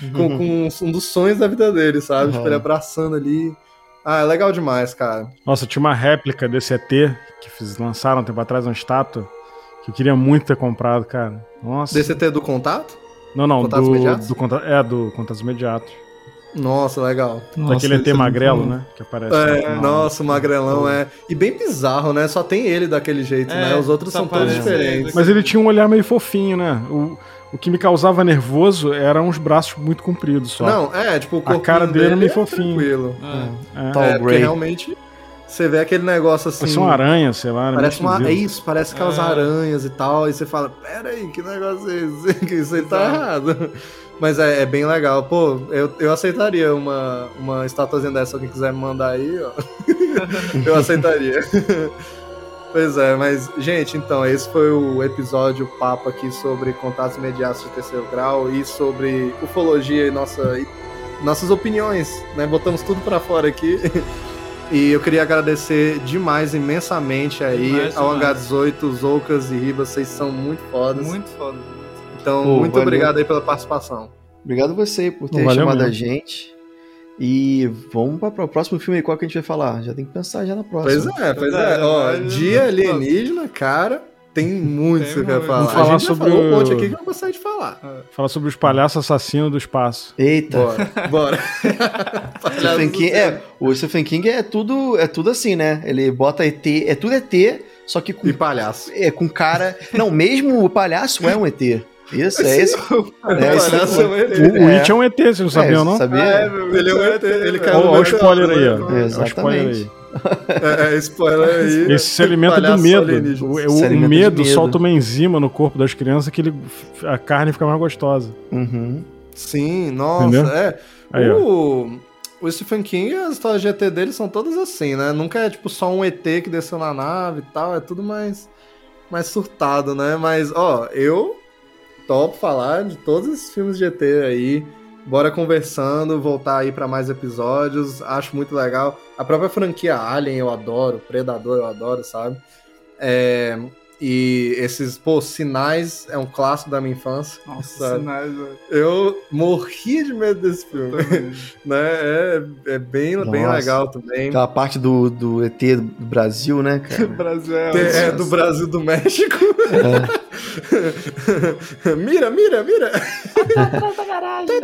um dos sonhos da vida dele, sabe? Tipo, ele abraçando ali. É legal demais, cara. Nossa, tinha uma réplica desse ET que lançaram um tempo atrás, uma estátua, que eu queria muito ter comprado, cara. Nossa. Desse ET do Contato? Não, do Contatos Imediatos. Nossa, legal. Daquele ET magrelo, né? Que aparece. Nossa, o magrelão E bem bizarro, né? Só tem ele daquele jeito, né? Os outros são todos diferentes. Mas ele tinha um olhar meio fofinho, né? O que me causava nervoso eram os braços muito compridos só. Não, tipo, o corpo a cara dele era meio fofinho. Tranquilo. Porque realmente você vê aquele negócio assim... Parece uma aranha, sei lá. Parece parece aquelas aranhas e tal. E você fala, peraí, que negócio é esse? Que isso aí tá errado. Mas é bem legal. Pô, eu aceitaria uma estatuazinha dessa. Se alguém quiser me mandar aí, ó. Eu aceitaria. Pois é, mas, gente, então, esse foi o episódio, o papo aqui sobre contatos imediatos de terceiro grau e sobre ufologia e nossas opiniões, né? Botamos tudo pra fora aqui. E eu queria agradecer demais, imensamente aí ao H18, Zoucas e Ribas, vocês são muito fodas. Muito foda. Então, muito obrigado aí pela participação. Obrigado você por ter chamado a gente. E vamos para o próximo filme, qual que a gente vai falar? Já tem que pensar já na próxima. Pois é. Ó, Dia Alienígena, cara, tem muito que você quer falar. Vamos falar sobre um monte aqui que eu gostaria de falar. Falar sobre os palhaços assassinos do espaço. Eita. Bora. O Stephen King é tudo assim, né? Ele bota ET, é tudo ET, só que com... E palhaço. Com cara... Não, mesmo o palhaço é um ET. Isso, é esse. O It é um ET, vocês não sabiam, não? Sabia? Ele é um ET. Ele caiu no spoiler aí, ó. Exatamente. Spoiler aí. Esse se alimenta do medo. O medo solta uma enzima no corpo das crianças que a carne fica mais gostosa. Sim, nossa. Aí, o Stephen King, as histórias de ET dele são todas assim, né? Nunca é tipo só um ET que desceu na nave e tal, é tudo mais surtado, né? Mas, ó, eu topo falar de todos esses filmes de ET aí. Bora conversando, voltar aí pra mais episódios. Acho muito legal. A própria franquia Alien eu adoro, Predador eu adoro, sabe? E esses, Sinais é um clássico da minha infância. Nossa, sabe? Sinais, velho. Eu morri de medo desse filme. Né? É bem legal também. Aquela parte do ET do Brasil, né, cara? O Brasil do Brasil, do México. Mira! Tá atrás da garagem.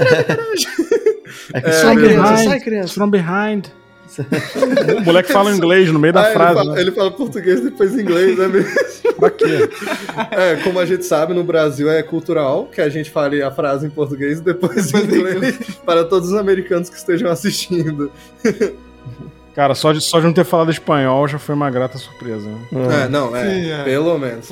Sai, criança. From behind. O moleque fala inglês no meio da frase. Ele fala português e depois inglês, né mesmo? Pra quê? Como a gente sabe, no Brasil é cultural que a gente fale a frase em português e depois em inglês para todos os americanos que estejam assistindo. Cara, só de não ter falado espanhol já foi uma grata surpresa. Né? Pelo menos.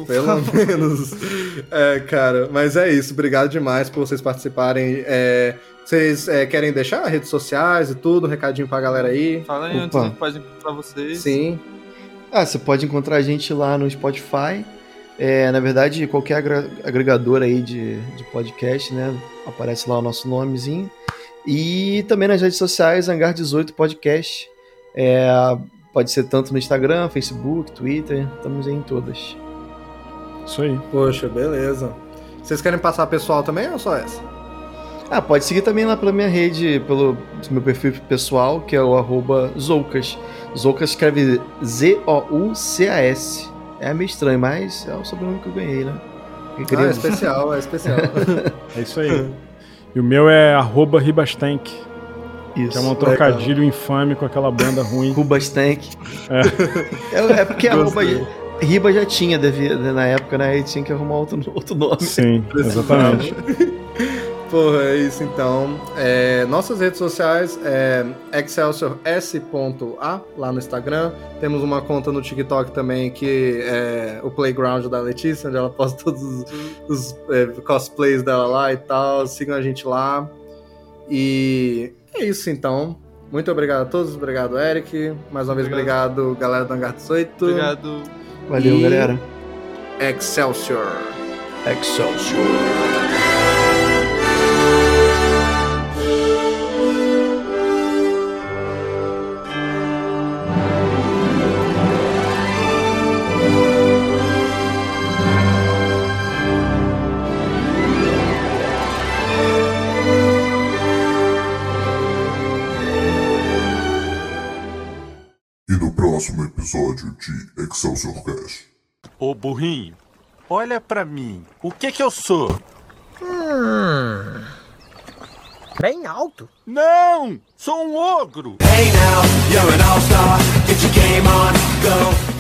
Cara, mas é isso. Obrigado demais por vocês participarem. Vocês querem deixar redes sociais e tudo, um recadinho pra galera aí? Fala aí antes, a gente pode encontrar vocês. Sim. Você pode encontrar a gente lá no Spotify. Na verdade, qualquer agregador aí de podcast, né? Aparece lá o nosso nomezinho. E também nas redes sociais, Hangar 18 Podcast. Pode ser tanto no Instagram, Facebook, Twitter. Estamos aí em todas. Isso aí. Poxa, beleza. Vocês querem passar pessoal também ou só essa? Pode seguir também lá pela minha rede, pelo meu perfil pessoal, que é o @Zoucas. Zoucas escreve Zoucas. É meio estranho, mas é o sobrenome que eu ganhei, né? É especial. É isso aí. E o meu é @Ribastank. Isso. Que é um trocadilho infame com aquela banda ruim. Rubastank. É porque a Riba já tinha na época, né? Aí tinha que arrumar outro nome. Sim, exatamente. Porra, é isso então. Nossas redes sociais é ExcelsiorS.a lá no Instagram. Temos uma conta no TikTok também que é o Playground da Letícia, onde ela posta todos os cosplays dela lá e tal. Sigam a gente lá. E é isso então. Muito obrigado a todos. Obrigado, Eric. Mais uma vez, obrigado, galera do Hangar 18. Obrigado. Valeu, galera. Excelsior. E no próximo episódio de Excelsior Cast. Ô burrinho, olha pra mim. O que eu sou? Bem alto. Não! Sou um ogro! Hey now, you're an all-star. Get your game on, go.